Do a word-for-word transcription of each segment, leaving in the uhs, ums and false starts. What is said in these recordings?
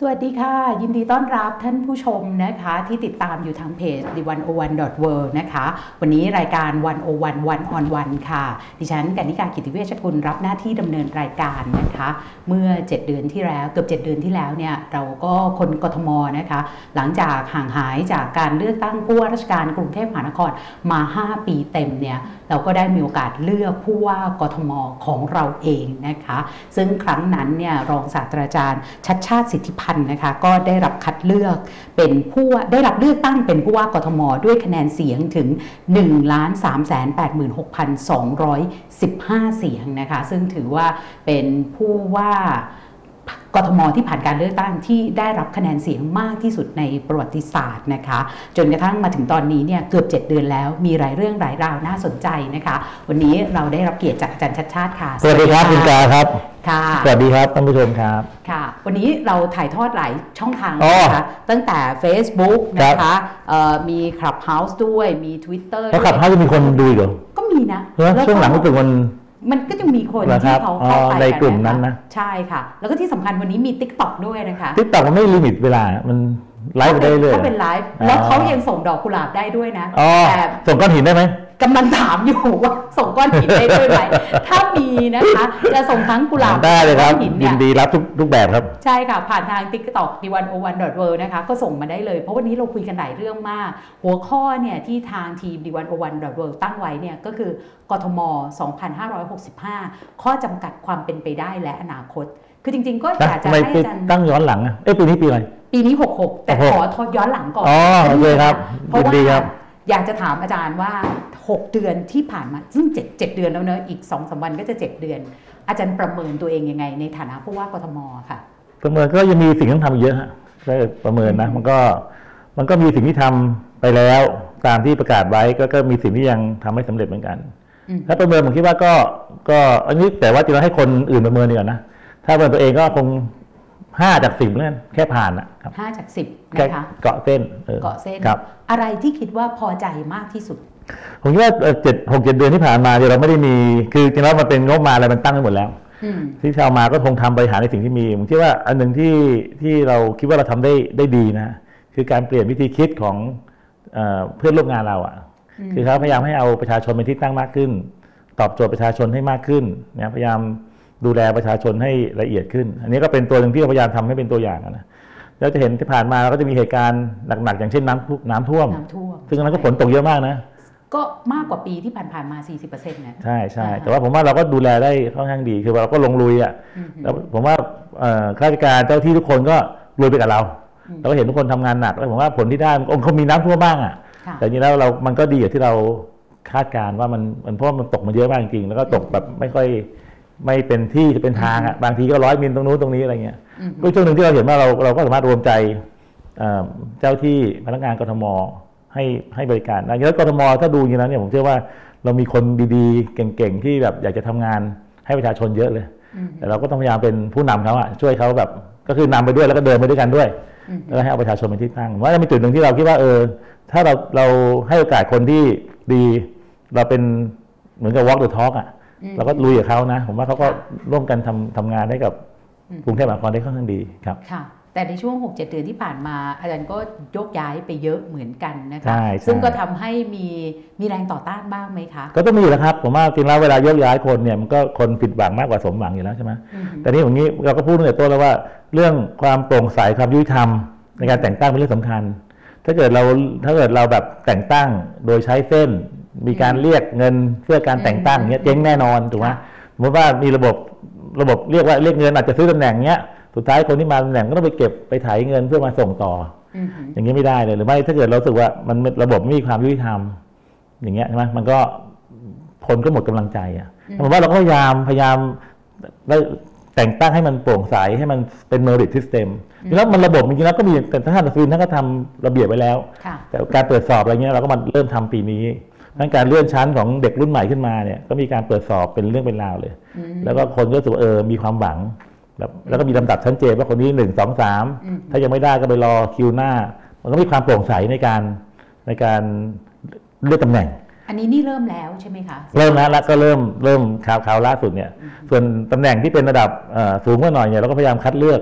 วัสดีค่ะยินดีต้อนรับท่านผู้ชมนะคะที่ติดตามอยู่ทางเพจ ดิ หนึ่งศูนย์หนึ่ง ดอท เวิลด์ นะคะวันนี้รายการ หนึ่งศูนย์หนึ่ง วัน on วันค่ะดิฉันกนิกา กิติเวชกุลรับหน้าที่ดำเนินรายการนะคะเมื่อเจ็ดเดือนที่แล้วเกือบเจ็ดเดือนที่แล้วเนี่ยเราก็คนกทมนะคะหลังจากห่างหายจากการเลือกตั้งผู้ว่าราชการกรุงเทพมหานครมาห้าปีเต็มเนี่ยเราก็ได้มีโอกาสเลือกผู้ว่ากทมของเราเองนะคะซึ่งครั้งนั้นเนี่ยรองศาสตราจารย์ชัชชาติสิทธิพันธ์นะคะก็ได้รับคัดเลือกเป็นผู้ได้รับเลือกตั้งเป็นผู้ว่ากทมด้วยคะแนนเสียงถึง หนึ่งล้านสามแสนแปดหมื่นหกพันสองร้อยสิบห้า เสียงนะคะซึ่งถือว่าเป็นผู้ว่ากทมที่ผ่านการเลือกตั้งที่ได้รับคะแนนเสียงมากที่สุดในประวัติศาสตร์นะคะจนกระทั่งมาถึงตอนนี้เนี่ยเกือบเจ็ดเดือนแล้วมีหลายเรื่องหลายราวน่าสนใจนะคะวันนี้เราได้รับเกียรติจากอาจารย์ชัชชาติค่ะสวัสดีครับคุณกาครับค่ะสวัสดีครับท่านผู้ชมครับค่ะวันนี้เราถ่ายทอดหลายช่องทางนะคะตั้งแต่ Facebook นะคะมี Clubhouse ด้วยมี Twitter แล้ว Clubhouse จะมีคนดูเหรอก็มีนะช่วงหลังก็ถึงวันมันก็จะมีคนที่เขาเข้าไปในกลุ่มนั้นนะใช่ค่ะแล้วก็ที่สำคัญวันนี้มี TikTok ด้วยนะคะ TikTok มันไม่ลิมิตเวลามันไลฟ์ได้เลยเขาเป็นไลฟ์แล้วเขายังส่งดอกกุหลาบได้ด้วยนะแต่ส่งก้อนหินได้ไหมกำลังถามอยู่ว่าส่งก้อนหินได้ด้วยไหมถ้ามีนะคะจะส่งทั้งกุหลาบได้เลยครับยินดีรับทุกทุกแบบครับใช่ค่ะผ่านทาง TikTok ดิ หนึ่งศูนย์หนึ่ง ดอท เวิลด์ นะคะก็ส่งมาได้เลยเพราะวันนี้เราคุยกันหลายเรื่องมากหัวข้อเนี่ยที่ทางทีม ดิ หนึ่งศูนย์หนึ่ง ดอท เวิลด์ ตั้งไว้เนี่ยก็คือกทมสองพันห้าร้อยหกสิบห้าข้อจำกัดความเป็นไปได้และอนาคตคือจริงๆก็อยากจะให้อาจารย์ตั้งย้อนหลังอ่ะเอ้ปีนี้ปีอะไรปีนี้หกสิบหกแต่ขอทดย้อนหลังก่อนอ๋อโอเคครับเพราะว่าอยากจะถามอาจารย์ว่าหกเดือนที่ผ่านมาซึ่งเจ็ด เจ็ดเดือนแล้วเนอะอีก สองสาม วันก็จะเจ็ดเดือนอาจารย์ประเมินตัวเองยังไงในฐานะผู้ว่ากทมค่ะประเมินก็ยังมีสิ่งที่ทำเยอะฮะได้ประเมินนะมันก็มันก็มีสิ่งที่ทำไปแล้วตามที่ประกาศไว้ก็ก็มีสิ่งที่ยังทำไม่สำเร็จเหมือนกันถ้าประเมินผมคิดว่าก็ก็อันนี้แต่ว่าจะเราให้คนอื่นประเมินดีกว่านะถ้าประเมินตัวเองก็คงห้าจากสิบนั่นแค่ผ่านนะครับห้าจากสิบนะคะเกาะเส้นเกาะเส้นอะไรที่คิดว่าพอใจมากที่สุดผมคิดว่าเจ็ดหกเจ็ดเดือนที่ผ่านมาเราไม่ได้มีคือจริงๆแล้วมันเป็นงบมาอะไรมันตั้งไว้หมดแล้วที่ชาวมาก็คงทำบริหารในสิ่งที่มีผมคิดว่าอันหนึ่งที่ที่เราคิดว่าเราทำได้ได้ดีนะคือการเปลี่ยนวิธีคิดของเพื่อนร่วมงานเราอ่ะคือเขาพยายามให้เอาประชาชนเป็นที่ตั้งมากขึ้นตอบโจทย์ประชาชนให้มากขึ้นนะพยายามดูแลประชาชนให้ละเอียดขึ้นอันนี้ก็เป็นตัวหนึ่งที่เราพยายามทำให้เป็นตัวอย่างนะแล้วจะเห็นที่ผ่านมาเราก็จะมีเหตุการณ์หนักๆอย่างเช่นน้ำน้ำท่วมซึ่งนั้นก็ฝนตกเยอะมากนะก็มากกว่าปีที่ผ่านๆมา สี่สิบเปอร์เซ็นต์ นะใช่ใช่แต่ว่าผมว่าเราก็ดูแลได้ค่อนข้างดีคือเราก็ลงลุยอ่ะแล้วผมว่าข้าราชการเจ้าที่ทุกคนก็ลุยไปกับเราเราก็เห็นทุกคนทำงานหนักแล้วผมว่าผลที่ได้องค์เขามีน้ำท่วมบ้างอ่ะแต่จริงแล้วเรามันก็ดีอย่างที่เราคาดการว่ามันมันเพราะมันตกมาเยอะมากจริงๆแล้วก็ตกแบบไม่ค่อยไม่เป็นที่จะเป็นทางอ่ะบางทีก็ร้อยมิลตรงนู้นตรงนี้อะไรเงี้ยก็ช่วงหนึ่งที่เราเห็นว่าเราเราก็สามารถรวมใจเจ้าที่พนักงานกทมให้ให้บริการนะแล้วกทมถ้าดูอย่างนั้นเนี่ยผมเชื่อว่าเรามีคนดีๆเก่งๆที่แบบอยากจะทำงานให้ประชาชนเยอะเลยแต่เราก็ต้องพยายามเป็นผู้นำเขาอ่ะช่วยเขาแบบก็คือนำไปด้วยแล้วก็เดินไปด้วยกันด้วยแล้วให้เอาประชาชนเป็นที่ตั้งว่าจะมีจุดหนึ่งที่เราคิดว่าเออถ้าเราเราให้โอกาสคนที่ดีเราเป็นเหมือนกับ walk the talk อ่ะเราก็ลุยกับเขานะผมว่าเขาก็ร่วมกันทำทำงานให้กับกรุงเทพมหานครได้ค่อนข้างดีครับค่ะแต่ในช่วง หกเจ็ด เดือนที่ผ่านมาอาจารย์ก็ยกย้ายไปเยอะเหมือนกันนะคะซึ่งก็ทำให้มีมีแรงต่อต้านบ้างไหมคะก็ต้องมีอยู่แล้วครับผมว่าจริงแล้วเวลายกย้ายคนเนี่ยมันก็คนผิดหวังมากกว่าสมหวังอยู่แล้วใช่ไหมแต่นี่อย่างนี้เราก็พูดตั้งแต่ต้นแล้วว่าเรื่องความโปร่งใสความยุติธรรมในการแต่งตั้งเป็นเรื่องสำคัญถ้าเกิดเราถ้าเกิดเราแบบแต่งตั้งโดยใช้เส้นมีการเรียกเงินเพื่อการแต่งตั้งเนี้ยเจ๊งแน่นอนถูกไหมสมมติว่ามีระบบระบบเรียกว่าเรียกเงินอาจจะซื้อตำแหน่งเนี้ยสุดท้ายคนที่มาตำแหน่งก็ต้องไปเก็บไปถ่ายเงินเพื่อมาส่งต่ออย่างนี้ไม่ได้เลยหรือไม่ถ้าเกิดเราสึกว่ามันระบบไม่มีความยุติธรรมอย่างเงี้ยใช่ไหมมันก็คนก็หมดกำลังใจอ่ะผมว่าเราก็พยายามพยายามแต่งตั้งให้มันโปร่งใสให้มันเป็น merit system แล้วมันระบบจริงๆแล้วก็มีแต่ท่านอัศวินท่านก็ทำระเบียบไว้แล้วแต่การตรวจสอบอะไรเงี้ยเราก็มาเริ่มทำปีนี้ทั้งการเลื่อนชั้นของเด็กรุ่นใหม่ขึ้นมาเนี่ยก็มีการตรวจสอบเป็นเรื่องเป็นราวเลยแล้วก็คนก็รู้สึกเออมีความหวังแบบแล้วก็มีลำดับชั้นเจนว่าคนนี้หนึ่งสองสามถ้ายังไม่ได้ก็ไปรอคิวหน้ามันก็มีความโปร่งใสในการในการเลือกตำแหน่งอันนี้นี่เริ่มแล้วใช่ไหมคะเริ่มแล้วแล้วก็เริ่มเริ่มข่าวข่าวล่าสุดเนี่ยส่วนตำแหน่งที่เป็นระดับสูงกว่าหน่อยเนี่ยเราก็พยายามคัดเลือก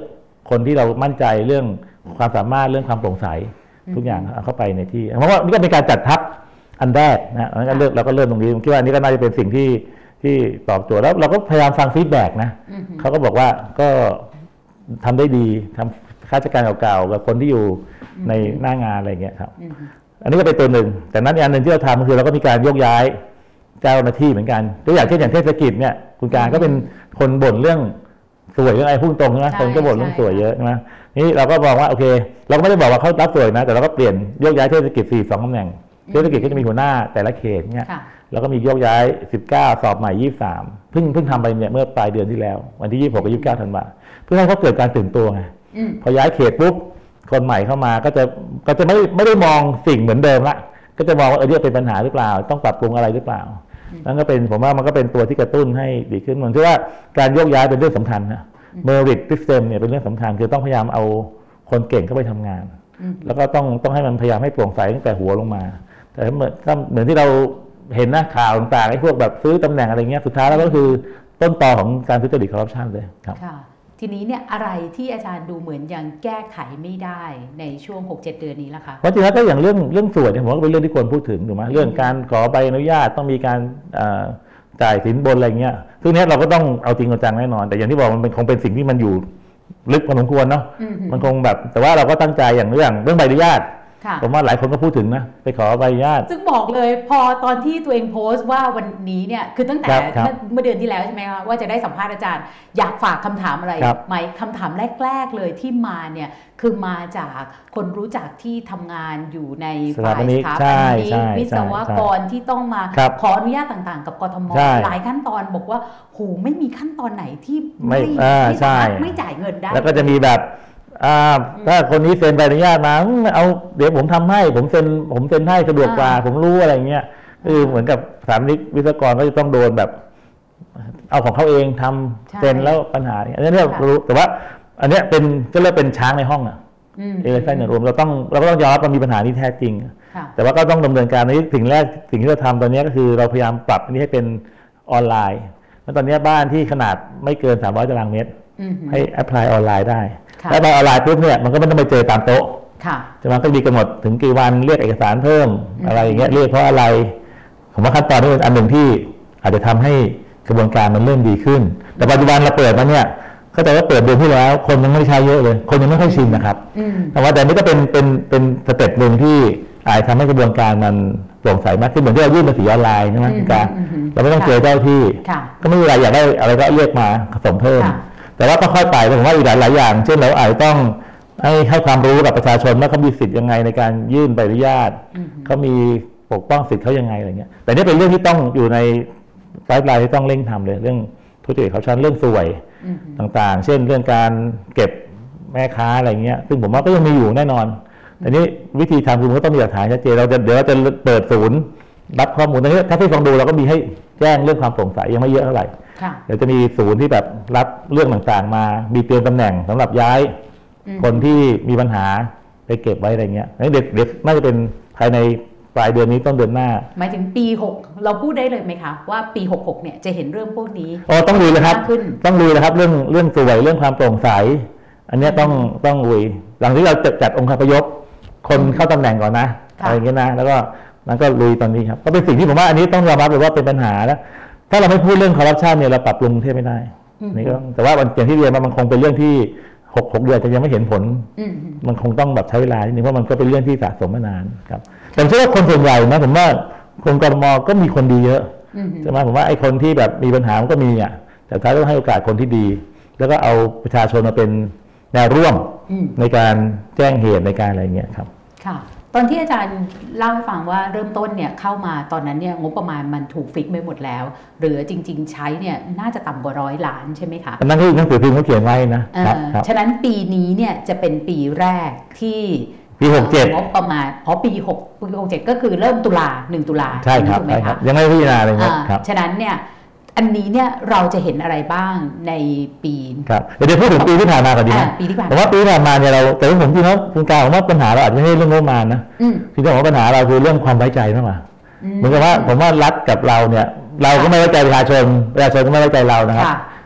คนที่เรามั่นใจเรื่องความสามารถเรื่องความโปร่งใสทุกอย่างเอาเข้าไปในที่เพราะว่านี่ก็เป็นการจัดทัพอันแรกนะแล้วก็เริ่มเราก็เริ่มตรงนี้ผมคิดว่านี่ก็น่าจะเป็นสิ่งที่ที่ตอบโจทย์แล้วเราก็พยายามฟังฟีดแบ็กนะเขาก็บอกว่าก็ทำได้ดีทำข้าราชการเก่าๆกับคนที่อยู่ในหน้างานอะไรอย่างเงี้ยครับอันนี้ก็เป็นตัวหนึ่งแต่นั้นอีกอันหนึ่งที่เราทำคือเราก็มีการโยกย้ายเจ้าหน้าที่เหมือนกันตัวอย่างเช่นอย่างเทศกิจเนี่ยคุณการก็เป็นคนบ่นเรื่องสวยเรื่องอะไรพุ่งตรงใช่ไหมคนก็บ่นเรื่องสวยเยอะใช่ไหมนี่เราก็บอกว่าโอเคเราก็ไม่ได้บอกว่าเขารับสวยนะแต่เราก็เปลี่ยนโยกย้ายเทศกิจสี่สองตำแหน่งเทศกิจก็จะมีหัวหน้าแต่ละเขตเนี่ยแล้วก็มีโยกย้ายสิบเก้าสอบใหม่ยี่สิบสามเพิ่งเพิ่งทำไปเนี่ยเมื่อปลายเดือนที่แล้ววันที่ยี่สิบหกกับยี่สิบเก้าธันวาเพื่อให้เขาเกิดการตื่นตัวไงพอย้ายเขตปุ๊บคนใหม่เข้ามาก็จะก็จะไม่ไม่ได้มองสิ่งเหมือนเดิมละก็จะมองว่าเออเนี่ยเป็นปัญหาหรือเปล่าต้องปรับปรุงอะไรหรือเปล่านั่นก็เป็นผมว่ามันก็เป็นตัวที่กระตุ้นให้ดีขึ้นเหมือนที่ว่าการโยกย้ายเป็นเรื่องสำคัญนะเมอริทซิสเต็มเนี่ยเป็นเรื่องสำคัญคือต้องพยายามเอาคนเก่งเข้าไปทำงานแล้วก็ต้องต้องให้มันพยายามให้โปร่งใสตั้งแต่หัวลงมาแต่เหมือนก็เหมือนที่เราเห็นนะข่าวต่างๆไอ้พวกแบบซื้อตำแหน่งอะไรเงี้ยสุดท้ายแล้วก็คือต้นตอของการทุจริตคอร์รัปชันเลยครับทีนี้เนี่ยอะไรที่อาจารย์ดูเหมือนยังแก้ไขไม่ได้ในช่วง หกเจ็ด เดือนนี้ล่ะคะเพราะจริงๆก็อย่างเรื่องเรื่องสวยเนี่ยผมว่าเป็นเรื่องที่ควรพูดถึงถูกไหมเรื่องการขอใบอนุญาตต้องมีการจ่ายสินบนอะไรเงี้ยซึ่งนี้เราก็ต้องเอาจริงเอาจังแน่นอนแต่อย่างที่บอกมันคงเป็นสิ่งที่มันอยู่ลึกพอสมควรเนาะมันคงแบบแต่ว่าเราก็ตั้งใจอย่างเรื่องเรื่องใบอนุญาตผมว่าหลายคนก็พูดถึงนะไปขอใบอนุญาตซึ่งบอกเลยพอตอนที่ตัวเองโพสต์ว่าวันนี้เนี่ยคือตั้งแต่เมื่อเดือนที่แล้วใช่ไหมคะว่าจะได้สัมภาษณ์อาจารย์อยากฝากคำถามอะไรไหมคำถามแรกๆเลยที่มาเนี่ยคือมาจากคนรู้จักที่ทำงานอยู่ในฝ่ายสถาปนิกวิศวกรที่ต้องมาขออนุญาตต่างๆกับกทมหลายขั้นตอนบอกว่าโหไม่มีขั้นตอนไหนที่ไม่ไม่สามารถไม่จ่ายเงินได้แล้วก็จะมีแบบถ้าคนนี้เซ็นใบอนุญาตมาเอาเดี๋ยวผมทำให้ผมเซ็นผมเซ็นให้สะดวกกว่าผมรู้อะไรเงี้ยคือเหมือนกับสถาปนิกวิศวกรก็จะต้องโดนแบบเอาของเขาเองทำเซ็นแล้วปัญหาอันนี้เรารู้แต่ว่าอันนี้เป็นก็เรียกเป็นช้างในห้องอ่ะเอเลฟเฟนต์ในรวมเราต้องเราก็ต้องยอมรับว่ามีปัญหาที่แท้จริงแต่ว่าก็ต้องดำเนินการในสิ่งแรกสิ่งที่เราทำตอนนี้ก็คือเราพยายามปรับอันนี้ให้เป็นออนไลน์แล้วตอนนี้บ้านที่ขนาดไม่เกินสามร้อยตารางเมตรให้แอพพลายออนไลน์ได้แล้วพอออนไลน์ปุ๊บเนี่ยมันก็ไม่ต้องไปเจอตามโต๊ะจะมันก็มีกำหนดถึงกี่วันเรียกเอกสารเพิ่มอะไรอย่างเงี้ยเรียกเพราะอะไรผมว่าขั้นตอนนี้เป็นอันหนึ่งที่อาจจะทำให้กระบวนการมันเริ่มดีขึ้นแต่ปัจจุบันเราเปิดมาเนี่ยเข้าใจว่าเปิดเดือนที่แล้วคนยังไม่ได้ใช้เยอะเลยคนยังไม่ค่อยชินนะครับแต่ว่าแต่นี่ก็เป็นเป็นเป็นสเต็ปหนึ่งที่อาจทำให้กระบวนการมันโปร่งใสมากขึ้นเหมือนที่เรายื่นภาษีออนไลน์ใช่ไหมการเราไม่ต้องเจอเจ้าที่ก็ไม่มีอะไรอยากได้อะไรก็เรียกมาผสมเพิ่มแต่ว่าก็ค่อยไปผมว่าอีกหลายๆอย่างเช่นเราอาจจะต้องให้ให้ความรู้กับประชาชนว่าเขามีสิทธิ์ยังไงในการยื่นใบอนุญาตเขามีปกป้องสิทธิ์เขายังไงอะไรเงี้ยแต่นี่เป็นเรื่องที่ต้องอยู่ในไพป์ไลน์ที่ต้องเร่งทำเลยเรื่องทุจริตคอร์รัปชันเรื่องสวยต่างๆเช่นเรื่องการเก็บแม่ค้าอะไรเงี้ยซึ่งผมว่าก็ยังมีอยู่แน่นอนแต่นี้วิธีทำคือมันก็ต้องมีหลักฐานชัดเจนเราจะเดี๋ยวเราจะเปิดศูนย์รับข้อมูลตรงนี้ถ้าที่ฟังดูเราก็มีให้แจ้งเรื่องความโปร่งใสยังไม่เยอะเท่าไหร่เดี๋ยวจะมีศูนย์ที่แบบรับเรื่องต่างๆมามีเตรียมตำแหน่งสำหรับย้ายคนที่มีปัญหาไปเก็บไว้อะไรเงี้ยเด็กเด็กน่าจะเป็นภายในปลายเดือนนี้ต้นเดือนหน้าหมายถึงปีหกเราพูดได้เลยไหมคะว่าปีหกหกเนี่ยจะเห็นเรื่องพวกนี้อ๋อต้องลุยเลยครับต้องลุยเลยครับเรื่องเรื่องสวยเรื่องความโปร่งใสอันนี้ต้องต้องลุยหลังที่เราจัดจัดองค์คาพยพคนเข้าตำแหน่งก่อนนะอะไรเงี้ยนะแล้วก็นั้นก็ลุยตอนนี้ครับก็เป็นสิ่งที่ผมว่าอันนี้ต้องยอมรับเลยว่าเป็นปัญหาแล้วถ้าเราไม่พูดเรื่องคอร์รัปชันเนี่ยเราปรับปรุงประเทศไม่ได้นี่ก็แต่ว่าอย่างที่เรียนมามันคงเป็นเรื่องที่หกหกเดือนจะยังไม่เห็นผลมันคงต้องแบบใช้เวลานิดนึงเพราะมันก็เป็นเรื่องที่สะสมมานานครับแต่เชื่อว่าคนส่วนใหญ่นะผมว่าคนกทมก็มีคนดีเยอะใช่ไหมผมว่าไอ้คนที่แบบมีปัญหามันก็มีอ่ะแต่ท้ายต้องให้โอกาสคนที่ดีแล้วก็เอาประชาชนมาเป็นแนวร่วมในการแจ้งเหตุในการอะไรเงี้ยครับค่ะตอนที่อาจารย์เล่าให้ฟังว่าเริ่มต้นเนี่ยเข้ามาตอนนั้นเนี่ยงบประมาณมันถูกฟิกไปหมดแล้วเหลือจริงๆใช้เนี่ยน่าจะต่ำกว่าร้อยล้านใช่ไหมคะนั่นที่หนังสือพิมพ์เขาเขียนไว้นะครับฉะนั้นปีนี้เนี่ยจะเป็นปีแรกที่ปีหกเจ็ดงบประมาณอ๋อปีหกปีหกเจ็ดก็คือเริ่มตุลาหนึ่งตุลาใช่ครับถูกไหมคะยังไม่พิจารณาเลยครับฉะนั้นเนี่ยอันนี้เนี่ยเราจะเห็นอะไรบ้างในปีครับเดี๋ยวพูดถึงปีที่ผ่านมาก่อนดีไหมผมว่าปีที่ผ่านมาเนี่ยเราแต่ว่าผมคิดว่าคุณกาวว่าปัญหาเราอาจจะไม่ใช่เรื่องงบประมาณนะที่ต้องบอกว่าปัญหาเราคือเรื่องความไว้ใจมากกว่าเหมือนกับว่าผมว่ารัฐกับเราเนี่ยเราก็ไม่ไว้ใจประชาชนประชาชนก็ไม่ไว้ใจเรานะครับ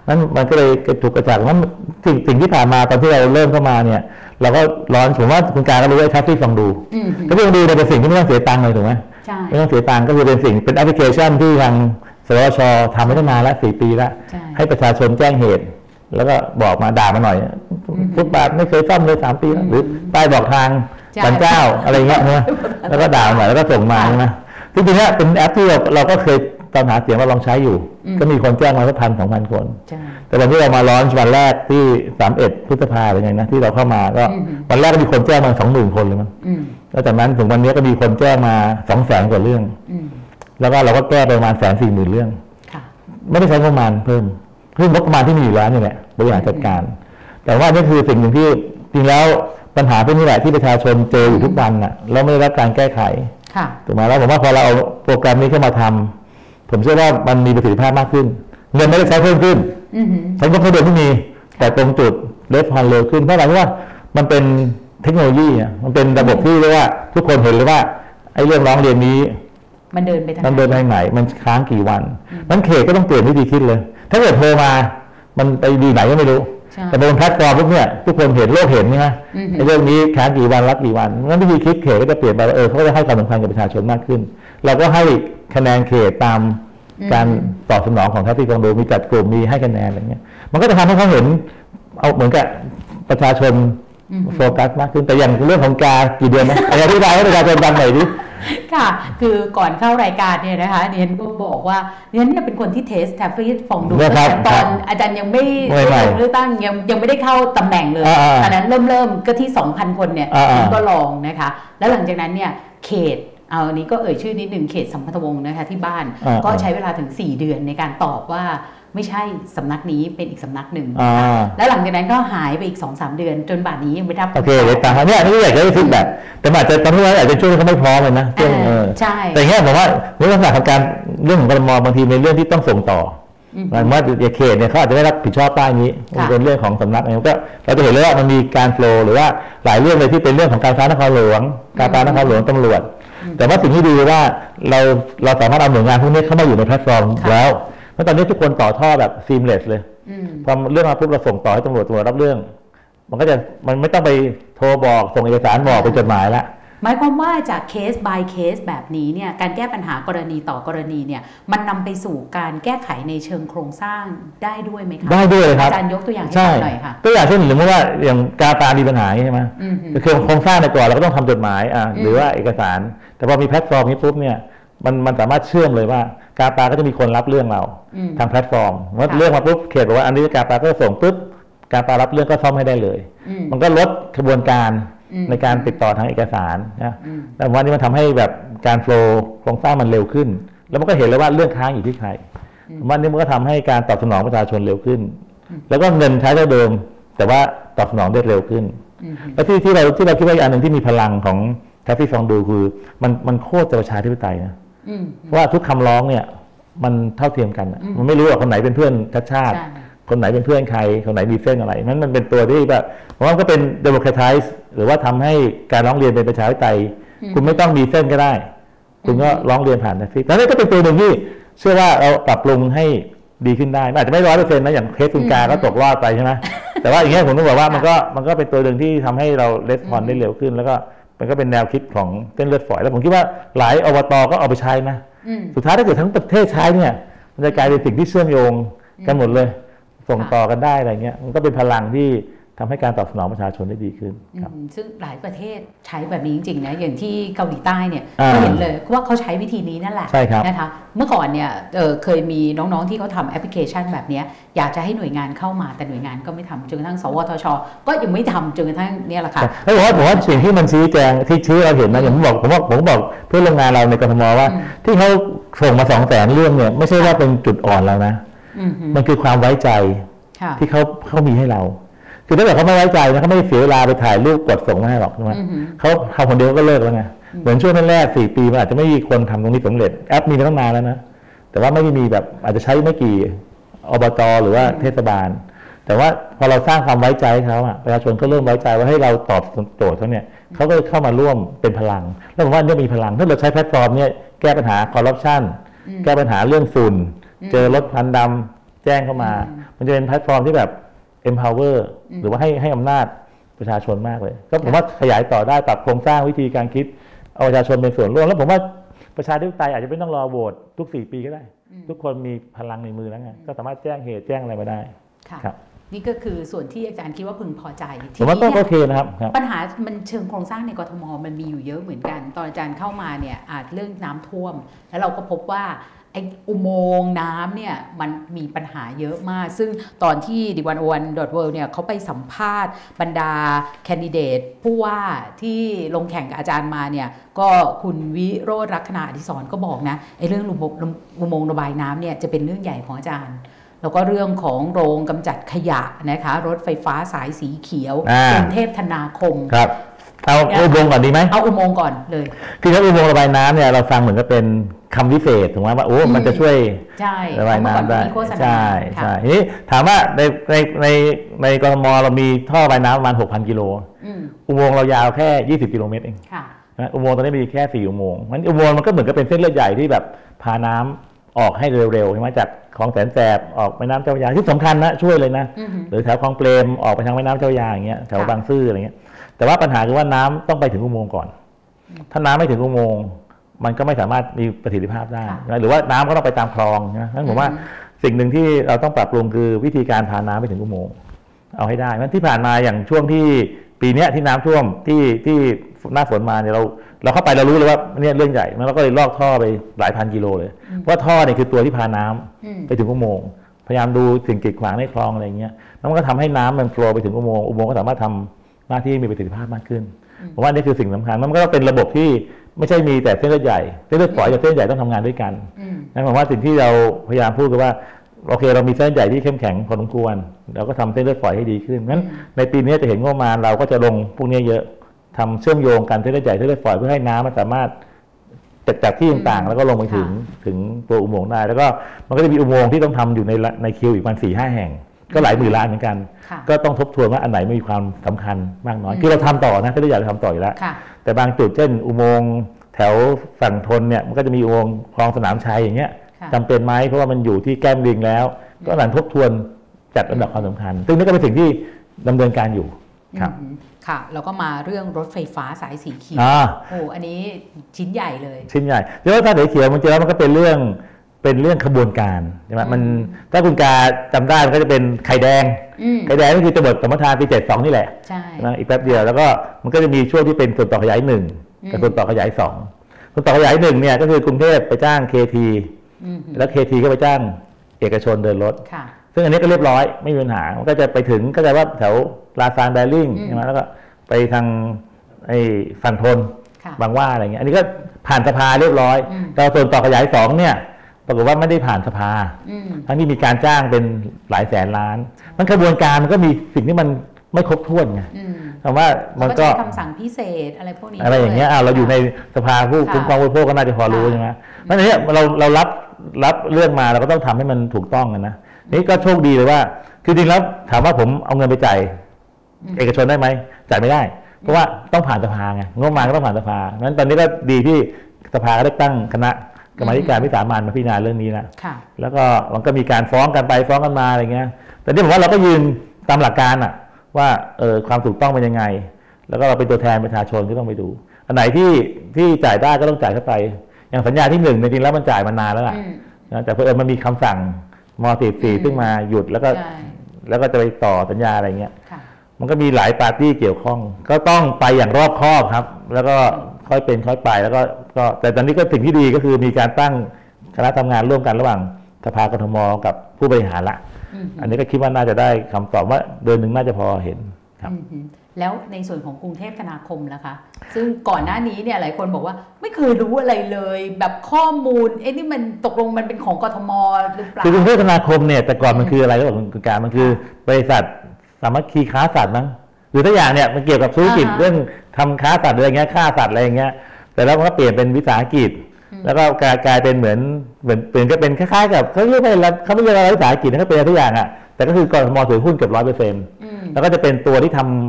นั้นมันก็เลยถูกกระจายนั้นสิ่งสิ่งที่ผ่านมาตอนที่เราเริ่มเข้ามาเนี่ยเราก็ร้อนผมว่าคุณการก็รู้ว่าทัฟฟี่ฟองดูทัฟฟี่ฟองดูเป็นสิ่งที่ไม่ต้องเสียตังค์เลยถูกไหมไม่ต้องเสียตังค์ก็คือเป็นสิ่งเป็นแอปพลิเคชันที่ทางสวชทำมาตั้งนานแล้วสี่ปีแล้วให้ประชาชนแจ้งเหตุแล้วก็บอกมาด่ามาหน่อยฟุตบาทไม่เคยซ่อมเลยสามปีหรือป้ายบอกทางสันเจ้าอะไรเงี้ยนะแล้วก็ด่าหน่อยแล้วก็ส่งมาใช่ไหมจริงๆเนี่ยเป็นแอปที่เราเราก็เคยตามหาเสียงว่าลองใช้อยู่ก็มีคนแจ้งมาสักพันสองพันคนแต่วันที่เรามาร้อนวันแรกที่สามเอ็ดพฤษภาหรือไงนะที่เราเข้ามาก็วันแรกก็มีคนแจ้งมาสองหมื่นคนเลยมั้งแล้วจากนั้นถึงวันนี้ก็มีคนแจ้งมาสองแสนกว่าเรื่องแล้วก็เราก็แก้ไปประมาณแสนสี่หมื่นเรื่องไม่ได้ใช้งบประมาณเพิ่มเพิ่มงบประมาณที่มีอยู่แล้วนี่แหละบริหารจัดการแต่ว่านี่คือสิ่งหนึ่งที่จริงแล้วปัญหาพวกนี้แหละที่ประชาชนเจออยู่ทุกวันน่ะเราไม่ได้รับการแก้ไขถูกไหมแล้วผมว่าพอเราเอาโปรแกรมนี้เข้ามาทำผมเชื่อว่ามันมีประสิทธิภาพมากขึ้นเงินไม่ได้ใช้เพิ่มขึ้นใช้งบเดิมที่มีแต่ตรงจุดเลสพอนเร็วขึ้นเพราะอะไรเพราะว่ามันเป็นเทคโนโลยีอ่ะมันเป็นระบบที่เรียกว่าทุกคนเห็นเลยว่าไอ้เรื่องร้องเรียนนี้มันเดินไปทางมันเดินไปทางไหนมันค้างกี่วันนั้นเขตก็ต้องเปลี่ยนวิธีคิดเลยถ้าเกิดโทรมามันไปดีไหนก็ไม่รู้แต่บนแพลตฟอร์มพวกเนี้ยทุกคนเห็นโลกเห็นนี่ฮะไอ้เรื่องนี้ค้างกี่วันรับกี่วันงั้นวิธีคิดเขตก็จะเปลี่ยนไปเออเขาก็จะให้ความสำคัญกับประชาชนมากขึ้นเราก็ให้คะแนนเขตตามการตอบสนองของแท็กซี่กองดูมีจัดกลุ่มมีให้คะแนนอะไรเงี้ยมันก็จะทำให้เขาเห็นเอาเหมือนกับประชาชนโฟกัสมากขึ้นแต่อย่างเรื่องของการกี่เดือนนะอะไรที่ได้ให้ประชาชนฟังหน่อยดิค่ะคือก่อนเข้ารายการเนี่ยนะคะเนียนก็บอกว่าเนียนเนี่ยเป็นคนที่เทสแทฟฟี่ฟองดูแต่ตอนอาจารย์ยังไม่เลือกตั้งยังยังไม่ได้เข้าตำแหน่งเลยตอนนั้นเริ่มเริ่มก็ที่ สองพัน คนเนี่ยก็ลองนะคะแล้วหลังจากนั้นเนี่ยเขตเอาอันนี้ก็เอ่ยชื่อนิดหนึ่งเขตสัมพันธวงศ์นะคะที่บ้านก็ใช้เวลาถึงสี่เดือนในการตอบว่าไม่ใช่สำนักนี้เป็นอีกสำนักหนึ่งแล้วหลังจากนั้นก็หายไปอีก สองสาม เดือนจนป่านนี้ยังไม่ได้โอเคเลยต่างเนี่ยนี่อยากจะได้ฟีดแบ็กแต่อาจจะตอนนี้อาจจะช่วยเขาไม่พร้อมเลยนะใช่แต่เงี้ยผมว่าในลักษณะของการเรื่องของกรมบางทีเป็นเรื่องที่ต้องส่งต่อหมายว่าเขตเนี่ยเขาอาจจะได้รับผิดชอบป้ายนี้เป็นเรื่องของสำนักเนี่ยก็เราจะเห็นเลยว่ามันมีการโฟล์หรือว่าหลายเรื่องเลยที่เป็นเรื่องของการฟ้านครหลวงการฟ้านครหลวงตำรวจแต่ว่าสิ่งที่ดีว่าเราเราสามารถเอาหน่วยงานพวกนี้เข้ามาอยู่ในแพลตฟอร์มแล้วเพราะตอนนี้ทุกคนต่อท่อแบบซีมเลสเลยพอเรื่องมาปุ๊บเราส่งต่อให้ตำรวจตำรวจรับเรื่องมันก็จะมันไม่ต้องไปโทรบอกส่งเอกสารบอกเป็นจดหมายละหมายความว่าจากเคส by เคสแบบนี้เนี่ยการแก้ปัญหากรณีต่อกรณีเนี่ยมันนำไปสู่การแก้ไขในเชิงโครงสร้างได้ด้วยไหมคะได้ด้วยครับอาจารย์ยกตัวอย่างให้ฟังหน่อยค่ะตัวอย่างเช่นหรือว่าอย่างกาตามีปัญหาใช่ไหมคือโครงสร้างในก่อนเราก็ต้องทำจดหมายอ่าหรือว่าเอกสารแต่พอมีแพลตฟอร์มนี้ปุ๊บเนี่ยมันมันสามารถเชื่อมเลยว่ากาตาก็จะมีคนรับเรื่องเราทางแพลตฟอร์มว่าเรื่องมาปุ๊บเขตบอกว่าอันนี้กาตาก็ส่งปุ๊บกาตารับเรื่องก็ซ่อมให้ได้เลยมันก็ลดกระบวนการในการติดต่อทางเอกสารนะแต่วันนี้มันทำให้แบบการโฟล์โครงสร้างมันเร็วขึ้นแล้วมันก็เห็นเลยว่าเรื่องค้างอยู่ที่ใครวันนี้มันก็ทำให้การตอบสนองประชาชนเร็วขึ้นแล้วก็เงินใช้เท่าเดิมแต่ว่าตอบสนองได้เร็วขึ้นและที่ที่เราที่เราคิดว่าอันหนึ่งที่มีพลังของแท็กซี่ฟองดูคือมันมันโคตรจะประชาธิปไตยนะว่าทุกคำร้องเนี่ยมันเท่าเทียมกันมันไม่รู้ว่าคนไหนเป็นเพื่อนชาติชาติคนไหนเป็นเพื่อนใครคนไหนมีเส้นอะไรนั้นมันเป็นตัวที่แบบผมว่าก็เป็น democratize หรือว่าทำให้การร้องเรียนเป็นประชาธิปไตยคุณไม่ต้องมีเส้นก็ได้คุณก็ร้องเรียนผ่านแท็กซี่แล้วนี่ก็เป็นตัวหนึ่งที่เชื่อว่าเราปรับปรุงให้ดีขึ้นได้อาจจะไม่ร้อยเปอร์เซ็นต์นะอย่างเคสคุณกาก็ตกรอดไปใช่ไหมแต่ว่าอย่างเงี้ยผมต้องบอกว่ามันก็มันก็เป็นตัวหนึ่งที่ทำให้เราレスปอนได้เร็วขึ้นแล้วก็มันก็เป็นแนวคิดของเส้นเลือดฝอยแล้วผมคิดว่าหลายอบตก็เอาไปใช้นะสุดท้ายถ้าเกิดทั้งประเทศใช้เนี่ยมันจะกลายเป็นสิ่งที่เชื่อมโยงกันหมดเลยส่งต่อกันได้อะไรเงี้ยมันก็เป็นพลังที่ทำให้การตอบสนองประชาชนได้ดีขึ้นครับซึ่งหลายประเทศใช้แบบนี้จริงๆนะอย่างที่เกาหลีใต้เนี่ยก็เห็นเลยว่าเขาใช้วิธีนี้นั่นแหละนะคะเมื่อก่อนเนี่ย เ, เคยมีน้องๆที่เขาทำแอปพลิเคชันแบบนี้อยากจะให้หน่วยงานเข้ามาแต่หน่วยงานก็ไม่ทำจนกระทั่งสวทช.ก็ยังไม่ทำจนกระทั่งเนี่ยแหละค่ะแล้วผมว่าผมว่าสิ่งที่มันชี้แจงที่ชี้เราเห็นนะอย่างผมบอกผมว่าผมบอกเพื่อนโรงงานเราในกทมว่าที่เขาส่งมาสองแสนเรื่องเนี่ยไม่ใช่ว่าเป็นจุดอ่อนแล้วนะมันคือความไว้ใจที่เขาเขามีให้เราคือถ้าเกิดเขาไม่ไว้ใจนะเขาไม่เสียเวลาไปถ่ายรูปกดส่งมาให้หรอกใช่ไหมเขาทำคนเดียวก็เลิกแล้วไงเหมือนช่วงแรกสี่ปีมันอาจจะไม่มีคนทำตรงนี้สำเร็จแอปมีมาตั้งนานแล้วนะแต่ว่าไม่มีแบบอาจจะใช้ไม่กี่อบต.หรือว่าเทศบาลแต่ว่าพอเราสร้างความไว้ใจเขาอ่ะประชาชนก็เริ่มไว้ใจว่าให้เราตอบโจทย์เขาเนี่ยเขาก็เข้ามาร่วมเป็นพลังแล้วผมว่าเนี่ยมีพลังถ้าเราใช้แพลตฟอร์มเนี่ยแก้ปัญหาคอร์รัปชันแก้ปัญหาเรื่องฝุ่นเจอรถควันดำแจ้งเข้ามามันจะเป็นแพลตฟอร์มที่แบบ empower หรือว่าให้ให้อำนาจประชาชนมากเลยก็ผมว่าขยายต่อได้ปรับโครงสร้างวิธีการคิดเอาประชาชนเป็นส่วนร่วมแล้วผมว่าประชาธิปไตยอาจจะไม่ต้องรอโหวตทุกสี่ปีก็ได้ทุกคนมีพลังในมือแล้วไงก็สามารถแจ้งเหตุแจ้งอะไรมาได้ครับนี่ก็คือส่วนที่อาจารย์คิดว่าพึงพอใจผมว่าก็โอเคนะครับปัญหามันเชิงโครงสร้างในกทมมันมีอยู่เยอะเหมือนกันตอนอาจารย์เข้ามาเนี่ยอาจเรื่องน้ำท่วมแล้วเราก็พบว่าไอ้อุโมงค์น้ำเนี่ยมันมีปัญหาเยอะมากซึ่งตอนที่ ดิ วัน โอ วัน ดอท เวิลด์ เนี่ยเขาไปสัมภาษณ์บรรดาแคนดิเดตผู้ว่าที่ลงแข่งกับอาจารย์มาเนี่ยก็คุณวิโรจน์ลักษณะอดิศรก็บอกนะไอ้เรื่องอุโมงค์ระบายน้ำเนี่ยจะเป็นเรื่องใหญ่ของอาจารย์แล้วก็เรื่องของโรงกำจัดขยะนะคะรถไฟฟ้าสายสีเขียวกรุงเทพธนาคมครับเอาอุโมงค์ก่อนดีไหมเอาอุโมงค์ก่อนเลยคือถ้าอุโมงค์ระบายน้ำเนี่ยเราฟังเหมือนกับเป็นคำวิเศษถูกไหมว่าโอ้มันจะช่วยระบายน้ำได้ใช่ใช่ทีนี้ถามว่าในในในในกทมเรามีท่อระบายน้ำประมาณ หกพัน กิโลอุโมงค์เรายาวแค่ยี่สิบกิโลเมตรเองอุโมงค์ตอนนี้มีแค่สี่อุโมงค์มันอุโมงค์มันก็เหมือนกับเป็นเส้นเลือดใหญ่ที่แบบพาน้ำออกให้เร็วๆใช่ไหมจากคลองแสนแสบออกแม่น้ำเจ้าพระยาที่สำคัญนะช่วยเลยนะหรือแถวคลองเปรมออกไปทางแม่น้ำเจ้าพระยาอย่างเงี้ยแถวบางซื่ออะไรเงี้ยแต่ว่าปัญหาคือว่าน้ำต้องไปถึงอุโมงค์ก่อนถ้าน้ำไม่ถึงอุโมงค์มันก็ไม่สามารถมีประสิทธิภาพได้หรือว่าน้ำก็ต้องไปตามคลองนะงั้นผมว่าสิ่งหนึ่งที่เราต้องปรับปรุงคือวิธีการพาน้ำไปถึงอุโมงค์เอาให้ได้เพราะที่ผ่านมาอย่างช่วงที่ปีนี้ที่น้ำท่วมที่ที่หน้าฝนมาเนี่ยเราเราเข้าไปเรารู้เลยว่าเนี่ยเรื่องใหญ่แล้วเราก็เลยลอกท่อไปหลายพันกิโลเลยเพราะท่อเนี่ยคือตัวที่พาน้ำไปถึงอุโมงค์พยายามดูสิ่งกีดขวางในคลองอะไรเงี้ยแล้วมันก็ทำให้น้ำมันโฟลว์ไปถึงอุโมงค์อุโมงค์ก็สามารถทำหน้าที่มีประสิทธิภาพมากขึ้นผมว่านี่คือสิ่งสำคัญมันก็เป็นระบบที่ไม่ใช่มีแต่เส้นเลือดใหญ่เส้นเลือดฝอยกับเส้นใหญ่ต้องทำงานด้วยกันนั่นหมายว่าสิ่งที่เราพยายามพูดคือว่าโอเคเรามีเส้นใหญ่ที่เข้มแข็งพอสมควรเราก็ทำเส้นเลือดฝอยให้ดีขึ้นงั้นในปีนี้จะเห็นงบประมาณเราก็จะลงพวกนี้เยอะทำเชื่อมโยงกันเส้นเลือดใหญ่เส้นเลือดฝอยเพื่อให้น้ำมันสามารถจากจากที่ต่างๆแล้วก็ลงไปถึงถึงตัวอุโมงค์ได้แล้วก็มันก็จะมีอุโมงค์ที่ต้องทำอยู่ในในคิวอีกประมาณสี่ห้าแห่งก็หลายหมื่นล้านเหมือนกันก็ต้องทบทวนว่าอันไหนมีความสำคัญมากน้อยคือเราทำต่อนะก็ได้อยากทำต่ออยู่แล้วแต่บางจุดเช่นอุโมงค์แถวฝั่งทนเนี่ยมันก็จะมีอุโมงค์คลองสนามชัยอย่างเงี้ยจำเป็นไหมเพราะว่ามันอยู่ที่แก้มลิงแล้วก็หลังทบทวนจัดอันดับความสำคัญซึ่งนี่ก็เป็นสิ่งที่ดำเนินการอยู่ครับค่ะแล้วก็มาเรื่องรถไฟฟ้าสายสีเขียวโอ้อันนี้ชิ้นใหญ่เลยชิ้นใหญ่เดี๋ยวถ้าสายเขียวมันจริงแล้วมันก็เป็นเรื่องเป็นเรื่องขบวนการใช่ไหมมันถ้าคุณกาจำได้มันก็จะเป็นไข่แดงไข่แดงก็คือจะหมดสมรทานปีเจ็ดสองนี่แหละใช่นะอีกแป๊บเดียวแล้วก็มันก็จะมีช่วงที่เป็นส่วนต่อขยายหนึ่งกับส่วนต่อขยายสองส่วนต่อขยายหนึ่งเนี่ยก็คือกรุงเทพไปจ้างเคทีแล้วเคทีก็ไปจ้างเอกชนเดินรถซึ่งอันนี้ก็เรียบร้อยไม่มีปัญหามันก็จะไปถึงก็จะว่าแถวลาซานแบริ่งใช่ไหมแล้วก็ไปทางไอ้ฝั่งทนบางว่าอะไรเงี้ยอันนี้ก็ผ่านสภาเรียบร้อยแต่ส่วนต่อขยายสองเนี่ยปรากฏว่าไม่ได้ผ่านสภาทั้งที่มีการจ้างเป็นหลายแสนล้านมันกระบวนการมันก็มีสิ่งที่มันไม่ครบถ้วนไงแต่ว่ามันก็คำสั่งพิเศษอะไรพวกนี้อะไรอย่างเงี้ยเราอยู่ในสภาผู้คุ้มครองผู้บริโภคก็น่าจะพอรู้ใช่ไหมเพราะฉะนั้นเราเรารับรับเรื่องมาเราก็ต้องทำให้มันถูกต้องกันนะนี่ก็โชคดีเลยว่าคือจริงแล้วถามว่าผมเอาเงินไปจ่ายเอกชนได้ไหมจ่ายไม่ได้เพราะว่าต้องผ่านสภาไงงบมาก็ต้องผ่านสภางั้นตอนนี้ก็ดีที่สภาก็ได้ตั้งคณะกรรมการวิสามัญมาพิจารณาเรื่องนี้นะแล้วก็มันก็มีการฟ้องกันไปฟ้องกันมาอะไรเงี้ยแต่ที่ผมว่าเราก็ยืนตามหลักการอะว่าเออความถูกต้องเป็นยังไงแล้วก็เราเป็นตัวแทนประชาชนก็ต้องไปดูอันไหนที่ที่จ่ายได้ก็ต้องจ่ายเข้าไปอย่างสัญญาที่หนึ่งจริงๆแล้วมันจ่ายมานานแล้วล่ะนะแต่เพราะเอิญมันมีคำสั่งม.สี่สิบสี่ซึ่งมาหยุดแล้วก็แล้วก็จะไปต่อสัญญาอะไรเงี้ยมันก็มีหลายปาร์ตี้เกี่ยวข้องก็ต้องไปอย่างรอบคอบครับแล้วก็ค่อยเป็นค่อยไปแล้วก็ก็แต่ตอนนี้ก็สิ่งที่ดีก็คือมีการตั้งคณะทำงานร่วมกันระหว่างสภากทมกับผู้บริหารละอันนี้ก็คิดว่าน่าจะได้คำตอบว่าเดือนหนึ่งน่าจะพอเห็นครับแล้วในส่วนของกรุงเทพธนาคมนะคะซึ่งก่อนหน้านี้เนี่ยหลายคนบอกว่าไม่เคยรู้อะไรเลยแบบข้อมูลเอ๊ะนี่มันตกลงมันเป็นของกทมหรือเปล่าคือกรุงเทพธนาคมเนี่ยแต่ก่อนมันคืออะไรก็บอกคุณการมันคือบริษัทสามัคคีค้าสัตว์มั้งหรือทุกอย่างเนี่ยมันเกี่ยวกับธุรกิจเรื่องทำค้าสัตว์อะไรเงี้ยฆ่าสัตว์อะไรเงี้ยแต่แล้วมันก็เปลี่ยนเป็นวิสาหกิจแล้วก็กลายเป็นเหมือนเหมือนเปลี่ยนก็เป็นคล้ายๆกับเขาเรียกว่าเขาไม่เรียกว่าวิสาหกิจนะเขาเป็นทุกอย่างอ่ะแต่ก็คือกทมถือหุ้นเกือบร้อยเปอร์เซ็นต์แล้วก็จะเป็นตัวที่ทำ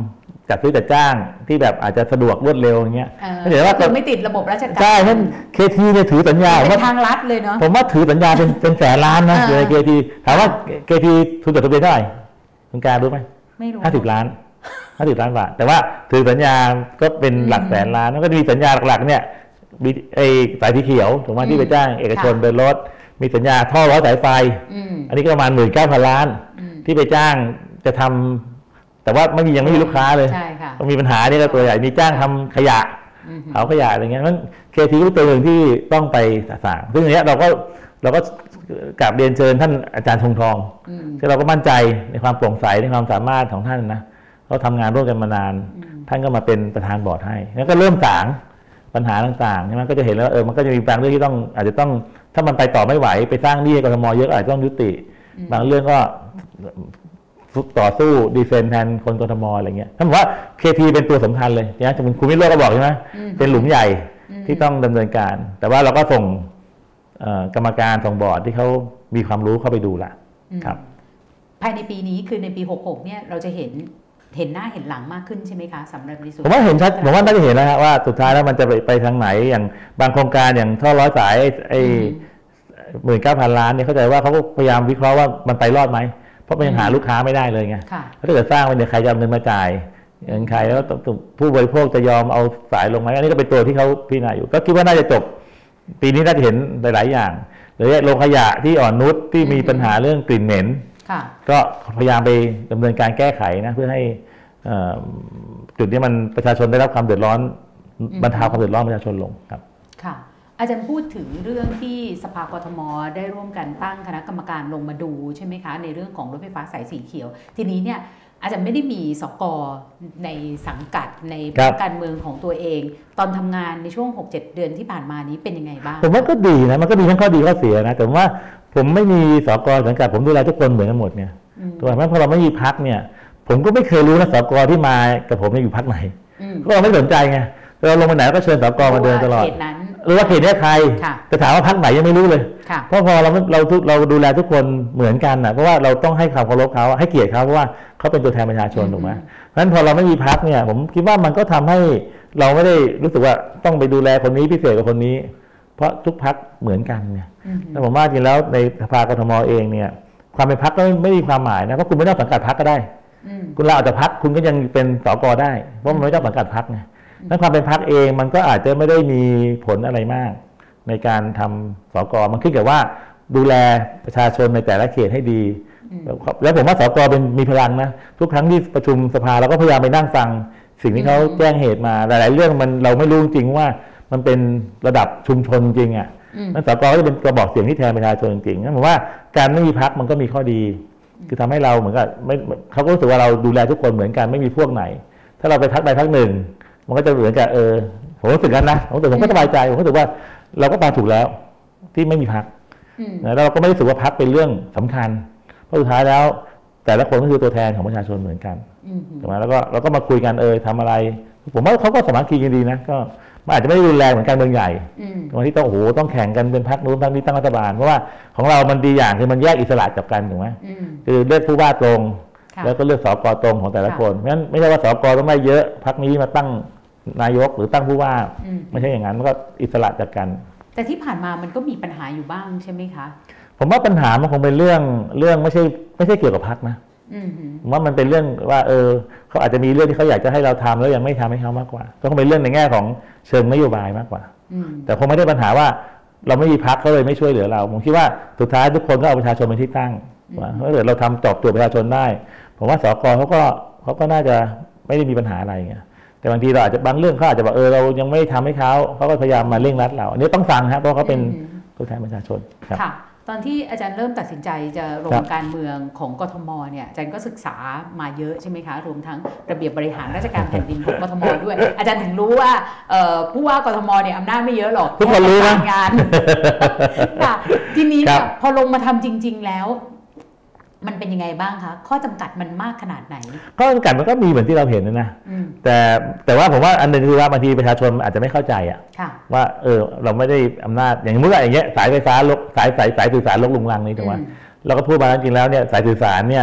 จัดซื้อจัดจ้างที่แบบอาจจะสะดวกรวดเร็วอย่างเงี้ยเห็นว่าคือไม่ติดระบบราชการใช่ท่านเคทีเนี่ยถือสัญญาเป็นทางลัดเลยเนาะผมว่าถือสัญญาเป็นเป็นแสนล้านนะอยู่ในเคทีถามว่าเคทีทุนจดทะเบียนเท่าไหร่คุณการรู้ไหมไม่รู้ห้าสิบล้านห้าสิบล้านบาทแต่ว่าถือสัญญาก็เป็นหลักแสนล้านแล้วก็จะมีสัญญาหลักๆเนี่ยมีไอ้สายสีเขียวถูกไหมที่ไปจ้างเอกชนเดินรถมีสัญญาท่อร้อยสายไฟอันนี้ก็ประมาณหมื่นเก้าพันล้านที่ไปจ้างจะทำแต่ว่าไม่มียังไม่มีลูกค้าเลยต้องมีปัญหานี่ก็ตัวใหญ่มีจ้างทำขยะเผาขยะอะไรเงี้ยนั้นเคทีก็ตัวหนึ่งที่ต้องไปสั่งซึ่งอย่างเนี้ยเราก็เราก็กราบเรียนเชิญท่านอาจารย์ธงทองที่เราก็มั่นใจในความโปร่งใสในความสามารถของท่านนะเขาทำงานร่วมกันมานานท่านก็มาเป็นประธานบอร์ดให้แล้วก็เริ่มสางปัญหาต่างๆใช่ไหมก็จะเห็นแล้วเออมันก็จะมีบางเรื่องที่ต้องอาจจะต้องถ้ามันไปต่อไม่ไหวไปสร้างหนี้กทมเยอะอาจจะต้องยุติบางเรื่องก็ต่อสู้ดีเฟนแทนคนกทมอะไรเงี้ยท่านบอกว่าเคทีเป็นตัวสำคัญเลยนะจะเป็นคุณวิโรจน์ก็บอกใช่ไหมเป็นหลุมใหญ่ที่ต้องดำเนินการแต่ว่าเราก็ส่งกรรมการส่งบอร์ดที่เขามีความรู้เข้าไปดูละครับภายในปีนี้คือในปีหกสิบหกเนี่ยเราจะเห็นเห็นหน้าเห็นหลังมากขึ้นใช่ไหมคะสำหรับในส่วนผมว่าเห็นชัดผมว่าน่าจะเห็นแล้วว่าสุดท้ายแล้วมันจะไปไปทางไหนอย่างบางโครงการอย่างท่อร้อยสายไอ้หมื่นเก้าพันล้านเนี่ยเข้าใจว่าเขาก็พยายามวิเคราะห์ว่ามันไปรอดไหมเพราะมันยังหาลูกค้าไม่ได้เลยไงถ้าเกิดสร้างไปเนี่ยใครจะเอาเงินมาจ่ายเงินใครแล้วผู้บริโภคจะยอมเอาสายลงไหมอันนี้ก็เป็นตัวที่เขาพิจารณาอยู่ก็คิดว่าน่าจะจบปีนี้น่าจะเห็นหลายๆอย่างหรือโรงขยะที่อ่อนนุชที่มีปัญหาเรื่องกลิ่นเหม็นก็พยายามไปดำเนินการแก้ไขนะเพื่อให้จุดที่มันประชาชนได้รับความเดือดร้อนบรรเทาความเดือดร้อนประชาชนลงครับค่ะอาจารย์พูดถึงเรื่องที่สภากทมได้ร่วมกันตั้งคณะกรรมการลงมาดูใช่ไหมคะในเรื่องของรถไฟฟ้าสายสีเขียวทีนี้เนี่ยอาจารย์ไม่ได้มีสกในสังกัดในการเมืองของตัวเองตอนทำงานในช่วง หกเจ็ด เดือนที่ผ่านมานี้เป็นยังไงบ้างผมว่าก็ดีนะมันก็มีทั้งข้อดีข้อเสียนะแต่ว่าผมไม่มีสกสังกัดผมดูแลทุกคนเหมือนกันหมดเนี่ยถูกไหมเพราะเราไม่มีพรรคเนี่ยผมก็ไม่เคยรู้นะสกที่มากับผมเนี่ยอยู่พรรคไหนก็เราไม่สนใจไงเราลงมาไหนก็เชิญสกมาเดินตลอดหรือว่าเขตนี้ใครแต่ถามว่าพรรคไหนยังไม่รู้เลยเพราะพอเราเราเราดูแลทุกคนเหมือนกันนะเพราะว่าเราต้องให้ความเคารพเขาให้เกียรติเขาเพราะว่าเขาเป็นตัวแทนประชาชนถูกไหมเพราะฉะนั้นพอเราไม่มีพรรคเนี่ยผมคิดว่ามันก็ทำให้เราไม่ได้รู้สึกว่าต้องไปดูแลคนนี้พิเศษกับคนนี้เพราะทุกพรรคเหมือนกันเนี่ยแต่ผมว่าจริงแล้วในสภากทมเองเนี่ยความเป็นพรรคก็ไม่มีความหมายนะเพราะคุณไม่ต้องสังกัดพรรคก็ได้คุณลาออกจากพรรคคุณก็ยังเป็นสกได้เพราะมันไม่ต้องสังกัดพรรคไงนั้นความเป็นพรรคเองมันก็อาจจะไม่ได้มีผลอะไรมากในการทำสกมันขึ้นกับว่าดูแลประชาชนในแต่ละเขตให้ดีแล้วผมว่าสกเป็นมีพลังนะทุกครั้งที่ประชุมสภาเราก็พยายามไปนั่งฟังสิ่งที่เขาแจ้งเหตุมาหลายๆเรื่องมันเราไม่รู้จริงว่ามันเป็นระดับชุมชนจริงอ่ะนั้นสกก็จะเป็นกระบอกเสียงที่แทนประชาชนจริงๆผมว่าการไม่มีพรรคมันก็มีข้อดีคือทำให้เราเหมือนกับไม่เขาก็รู้สึกว่าเราดูแลทุกคนเหมือนกันไม่มีพวกไหนถ้าเราไปพรรคใดพรรคหนึ่งมันก็จะเหมือนกับเออผมรู้สึกกันนะผมรู้สึกผมก็สบายใจผมรู้สึกว่าเราก็มาถูกแล้วที่ไม่มีพรรคแล้วเราก็ไม่รู้สึกว่าพรรคเป็นเรื่องสำคัญเพราะสุดท้ายแล้วแต่ละคนก็คือตัวแทนของประชาชนเหมือนกันถูกไหมแล้วก็เราก็มาคุยกันเออทำอะไรผมว่าเขาก็สามัคคีกันดีนะก็มันอาจจะไม่ได้รุนแรงเหมือนการเมืองใหญ่ตรงที่ต้องโอ้โหต้องแข่งกันเป็นพรรคนู้นพรรคนี้ตั้งรัฐบาลเพราะว่าของเรามันดีอย่างคือมันแยกอิสระจากกันถูกไหมคือเลือกผู้ว่าตรงแล้วก็เลือกสกตรงของแต่ละคนเพราะฉะนั้นไม่ใช่ว่าสกต้องได้เยอะพรรคนี้มาตั้งนายกหรือตั้งผู้ว่าไม่ใช่อย่างนั้นมันก็อิสระจากกันแต่ที่ผ่านมามันก็มีปัญหาอยู่บ้างใช่ไหมคะผมว่าปัญหามันคงเป็นเรื่องเรื่องไม่ใช่ไม่ใช่เกี่ยวกับพรรคนะผมว่ามันเป็นเรื่องว่าเออเขาอาจจะมีเรื่องที่เขาอยากจะให้เราทำแล้วยังไม่ทำให้เขามากกว่าก็คงเป็นเรื่องในแง่ของเชิงนโยบายมากกว่าแต่คงไม่ได้ปัญหาว่าเราไม่มีพรรคเขาเลยไม่ช่วยเหลือเราผมคิดว่าสุดท้ายทุกคนก็เอาประชาชนเป็นที่ตั้งว่าถ้าเกิดเราทำตอบโจทย์ประชาชนได้ผมว่าสกเขาก็เขาก็น่าจะไม่ได้มีปัญหาอะไรเงี้ยแต่บางทีเราอาจจะบางเรื่องเขาอาจจะบอกเออเรายังไม่ทำให้เขาเขาก็พยายามมาเร่งรัดเราอันนี้ต้องฟังครับเพราะเขาเป็นตัวแทนประชาชนครับตอนที่อาจารย์เริ่มตัดสินใจจะลงการเมืองของกทมเนี่ยอาจารย์ก็ศึกษามาเยอะใช่ไหมคะรวมทั้งระเบียบบริหารราชการแผ่นดินของกทมด้วยอาจารย์ถึงรู้ว่าผู้ว่ากทมเนี่ยอำนาจไม่เยอะหรอกทุกคนรู้นะงานค่ะทีนี้เนี่ยพอลงมาทำจริงๆแล้วมันเป็นยังไงบ้างคะข้อจำกัดมันมากขนาดไหนข้อจำกัดมันก็มีเหมือนที่เราเห็นนะนะแต่แต่ว่าผมว่าอันนึงคือว่าบางทีประชาชนอาจจะไม่เข้าใจอ่ะว่าเออเราไม่ได้อำนาจอย่างเมื่ออย่างเงี้ยสายไฟฟ้าลกสายสายสายสื่อสารลกลุงลังนี่ถูกไหมเราก็พูดมาจริงๆแล้วเนี่ยสายสื่อสารเนี่ย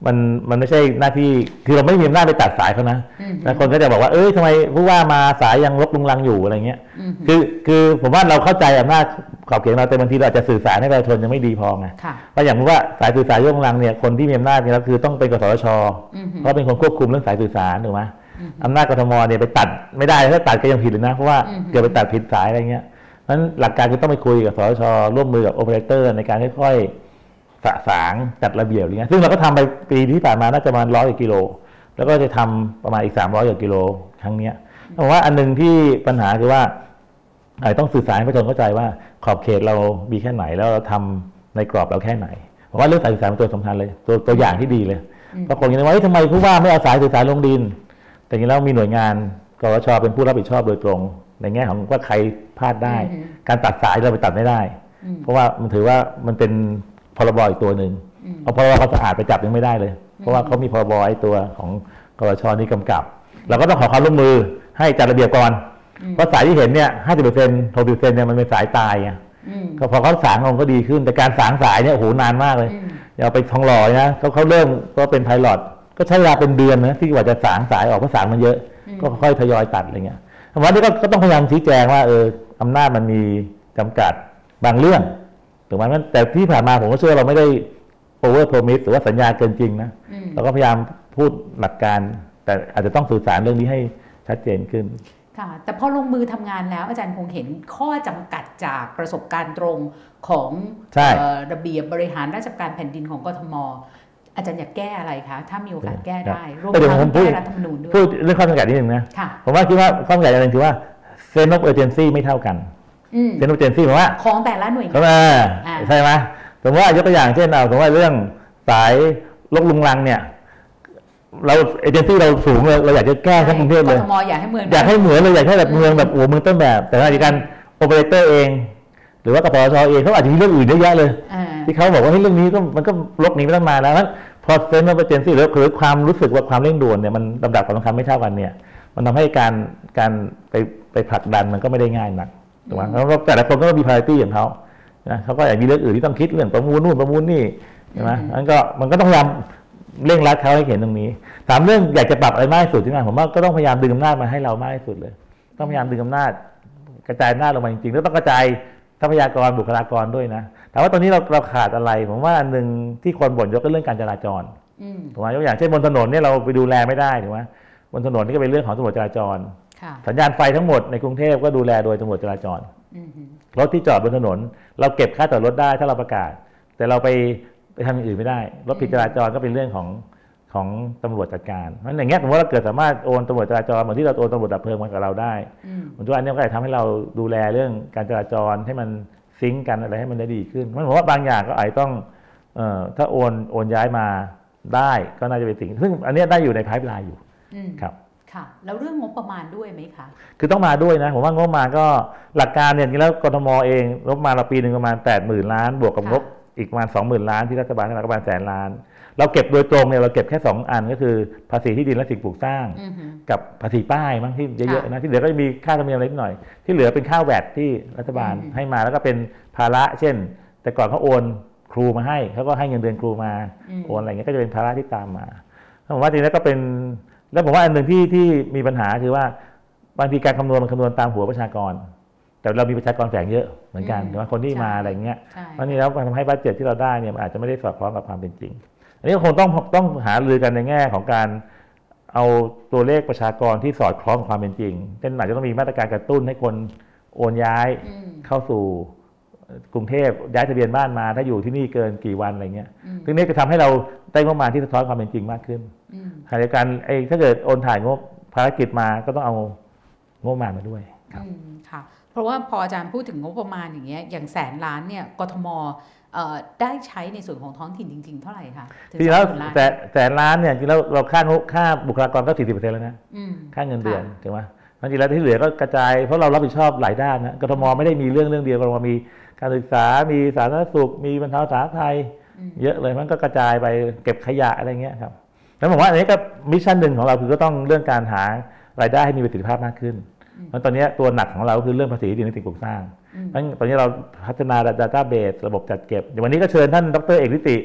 มันมันไม่ใช่หน้าที่คือเราไม่มีอำนาจไปตัดสายเขานะแล้วคนก็จะบอกว่าเอ้ยทำไมผู้ว่ามาสายยังรกรุงรังอยู่อะไรเงี้ยคือคือผมว่าเราเข้าใจอำนาจขอบเขตเราแต่บางทีเราอาจจะสื่อสารให้ประชาชนยังไม่ดีพอไงเพราะอย่างว่าสายสื่อสารรกรุงรังเนี่ยคนที่มีอำนาจเนี่ยก็คือต้องเป็นกสทช.เพราะเป็นคนควบคุมเรื่องสายสื่อสารถูกไหมอำนาจกทมเนี่ยไปตัดไม่ได้ถ้าตัดก็ยังผิดเลยนะเพราะว่าเกิดไปตัดผิดสายอะไรเงี้ยนั้นหลักการคือต้องไปคุยกับสทช.ร่วมมือกับโอเปอเรเตอร์ในการค่อยๆสะสางจัดระเบียบอะไรเงี้ยซึ่งเราก็ทำไปปีที่ผ่านมาน่าจะประมาณร้อยกิโลแล้วก็จะทำประมาณอีกสามร้อยกิโลครั้งเนี้ยผมว่าอันนึงที่ปัญหาคือว่าต้องสื่อสารให้ประชาชนเข้าใจว่าขอบเขตเรามีแค่ไหนแล้วเราทำในกรอบเราแค่ไหนผมว่าเรื่องสายสื่อสารเป็นตัวสำคัญเลยตัวตัวอย่างที่ดีเลยเพราะคนยังว่าทำไมผู้ว่าไม่เอาสายสื่อสารลงดินแต่จริงแล้วมีหน่วยงานกสทช.เป็นผู้รับผิดชอบโดยตรงในแง่ของว่าใครพลาดได้การตัดสายเราไปตัดไม่ได้เพราะว่ามันถือว่ามันเป็นพรบอีกตัวหนึ่งเอาพรบความสะอาดไปจับยังไม่ได้เลยเพราะว่าเขามีพรบไอ้ตัวของกสทช.นี่กำกับเราก็ต้องขอความร่วมมือให้จัดระเบียบก่อนเพราะสายที่เห็นเนี่ยห้าสิบเปอร์เซ็นต์หกสิบเปอร์เซ็นต์เนี่ยมันเป็นสายตายไงพอเขาสางลงก็ดีขึ้นแต่การสางสายเนี่ยโอ้โหนานมากเลยอย่าไปทองหล่อนะเขาเขาเริ่มก็เป็นไพลอตก็ใช้เวลาเป็นเดือนนะที่กว่าจะสางสายออกเพราะสางมันเยอะก็ค่อยทยอยตัดอะไรเงี้ยวันนี้ก็ต้องพยายามชี้แจงว่าเอออำนาจมันมีจำกัดบางเรื่องถูกไหมแต่ที่ผ่านมาผมก็เชื่อเราไม่ได้ over promise หรือว่าสัญญาเกินจริงนะเราก็พยายามพูดหลักการแต่อาจจะต้องสื่อสารเรื่องนี้ให้ชัดเจนขึ้นค่ะแต่พอลงมือทำงานแล้วอาจารย์คงเห็นข้อจำกัดจากประสบการณ์ตรงของระเบียบบริหารราชการแผ่นดินของกทม.อาจารย์อยากแก้อะไรคะถ้ามีโอกาสแก้ได้รวมทั้งแก้รัฐธรรมนูญด้วยพูดเรื่องข้อจำกัดนิดนึงนะผมว่าคิดว่าข้อจำกัดอย่างหนึ่งคือว่าเซนต์ออฟเออร์เจนซี่ไม่เท่ากันเซนต์ออฟเออร์เจนซี่หมายว่าของแต่ละหน่วยงานใช่ไหมสมมติว่ายกตัวอย่างเช่นเอาสมมติว่าเรื่องสายรกรุงรังเนี่ยเราเอเจนซี่เราสูงเลยเราอยากจะแก้ทั้งกรุงเทพเลยกทมอยากให้เมืองอยากให้เหมือนเลยอยากให้แบบเมืองแบบโอ้เมืองต้นแบบแต่ในการโอเปอเรเตอร์เองหรือว่ากสทช.เองเขาอาจจะมีเรื่องอื่นเยอะแยะเลยที่เขาบอกว่าให้เรื่องนี้ก็มันก็ลกนี้ไม่ต้องมาแล้วนั้นพอเซนต์ออฟเออร์เจนซี่หรือคือความรู้สึกว่าความเร่งด่วนเนี่ยมันลำดับความสำคัญไม่เท่ากันเนี่ยมันทำให้การการไปไปผลักดันมันก็ไม่ได้ง่ายนักถูกไหมแล้วแต่ละคนก็มี priority ของเขานะเขาก็อาจจะมีเรื่องอื่นที่ต้องคิดเรื่องประมูลนู่นประมูลนี่ใช่ไหมนั้นก็มันก็ต้องพยายามเร่งรัดเขาให้เห็นตรงนี้ถามเรื่องอยากจะปรับอะไรมากที่สุดที่ไหนผมว่าก็ต้องพยายามดึงอำนาจมาให้เรามากที่สุดเลยต้องพยายามดึงอำนาจกระจายอำนาจลงมาจริงๆแล้วต้องกระจายทรัพยากรบุคลากรด้วยนะถามว่าตอนนี้เราเราขาดอะไรผมว่าอันหนึ่งที่คนบ่นยกก็เรื่องการจราจรถูกไหมยกอย่างเช่นบนถนนเนี่ยเราไปดูแลไม่ได้ถูกไหมบนถนนนี่ก็เป็นเรื่องของตำรวจจราจรสัญญาณไฟทั้งหมดในกรุงเทพก็ดูแลโดยตำรวจจราจรรถที่จอดบนถนนเราเก็บค่าจอดรถได้ถ้าเราประกาศแต่เราไปไปทำอย่างอื่นไม่ได้รถผิดจราจรก็เป็นเรื่องของของตำรวจจัดการเพราะอย่างเงี้ยผมว่าเราเกิดสามารถโอนตำรวจจราจรเหมือนที่เราโอนตำรวจดับเพลิงมากับเราได้ผมว่าอันนี้ก็จะทำให้เราดูแลเรื่องการจราจรให้มันซิงก์กันอะไรให้มันได้ดีขึ้นเพราะผมว่าบางอย่างก็อาจต้องเอ่อถ้าโอนโอนย้ายมาได้ก็น่าจะเป็นสิ่งซึ่งอันนี้ได้อยู่ในไพป์ไลน์อยู่ครับค่ะแล้วเรื่องงบประมาณด้วยไหมคะคือต้องมาด้วยนะผมว่างบประมาณก็หลักการเนี่ยจริงแล้วกทมเองงบประมาณเราปีหนึ่งประมาณแปดหมื่นล้านบวกกับงบอีกประมาณสองหมื่นล้านที่รัฐบาลให้มาประมาณแสนล้านเราเก็บโดยตรงเนี่ยเราเก็บแค่สองอันก็คือภาษีที่ดินและสิ่งปลูกสร้างกับภาษีป้ายมั้งที่เยอะๆนะที่เหลือก็จะมีค่าธรรมเนียมเล็กหน่อยที่เหลือเป็นค่าแวดที่รัฐบาลให้มาแล้วก็เป็นภาระเช่นแต่ก่อนเขาโอนครูมาให้เขาก็ให้เงินเดือนครูมาโอนอะไรเงี้ยก็จะเป็นภาระที่ตามมาผมว่าจริงแล้วก็เป็นแล้วผมว่าอันหนึ่งที่ที่มีปัญหาคือว่าบางทีการคำนวณมันคำนวณตามหัวประชากรแต่เรามีประชากรแฝงเยอะเหมือนกันแต่ว่าคนที่มาอะไรเงี้ยเพราะนี่แล้วมันทำให้บัดเจ็ตที่เราได้เนี่ยมันอาจจะไม่ได้สอดคล้องกับความเป็นจริงอันนี้คงต้องต้องหารือกันในแง่ของการเอาตัวเลขประชากรที่สอดคล้องกับความเป็นจริงเช่นอาจจะต้องมีมาตรการกระตุ้นให้คนโอนย้ายเข้าสู่กรุงเทพย้ายทะเบียนบ้านมาถ้าอยู่ที่นี่เกินกี่วันอะไรเงี้ยซึ่งนี้จะทำให้เราได้งบประมาณที่สะท้อนความเป็นจริงมากขึ้นขณะเดียวกันไอ้ถ้าเกิดโอนถ่ายงบภารกิจมาก็ต้องเอางบประมาณมาด้วยครับค่ะเพราะว่าพออาจารย์พูดถึงงบประมาณอย่างเงี้ยอย่างแสนล้านเนี่ยกทมได้ใช้ในส่วนของท้องถิ่นจริงๆเท่าไหร่คะจริงแล้วแต่แสนล้านเนี่ยจริงแล้วเราค่างบค่าบุคลากรก็สี่สิบเปอร์เซ็นต์แล้วนะค่าเงินเดือนถูกไหมจริงแล้วที่เหลือก็กระจายเพราะเรารับผิดชอบหลายด้านนะกทมไม่ได้มีเรื่องเรื่องเดียวกทมมีการศึกษามีสาธารณสุขมีบรรเทาสาธารณภัยเยอะเลยมันก็กระจายไปเก็บขยะอะไรเงี้ยครับแล้วผมว่าอันนี้ก็มิชชั่นหนึ่งของเราคือก็ต้องเรื่องการหารายได้ให้มีประสิทธิภาพมากขึ้นเพราะตอนนี้ตัวหนักของเราคือเรื่องภาษีที่ดินและสิ่งปลูกสร้างตอนนี้เราพัฒนา Database ระบบจัดเก็บอย่างวันนี้ก็เชิญท่านดร.เอกนิติ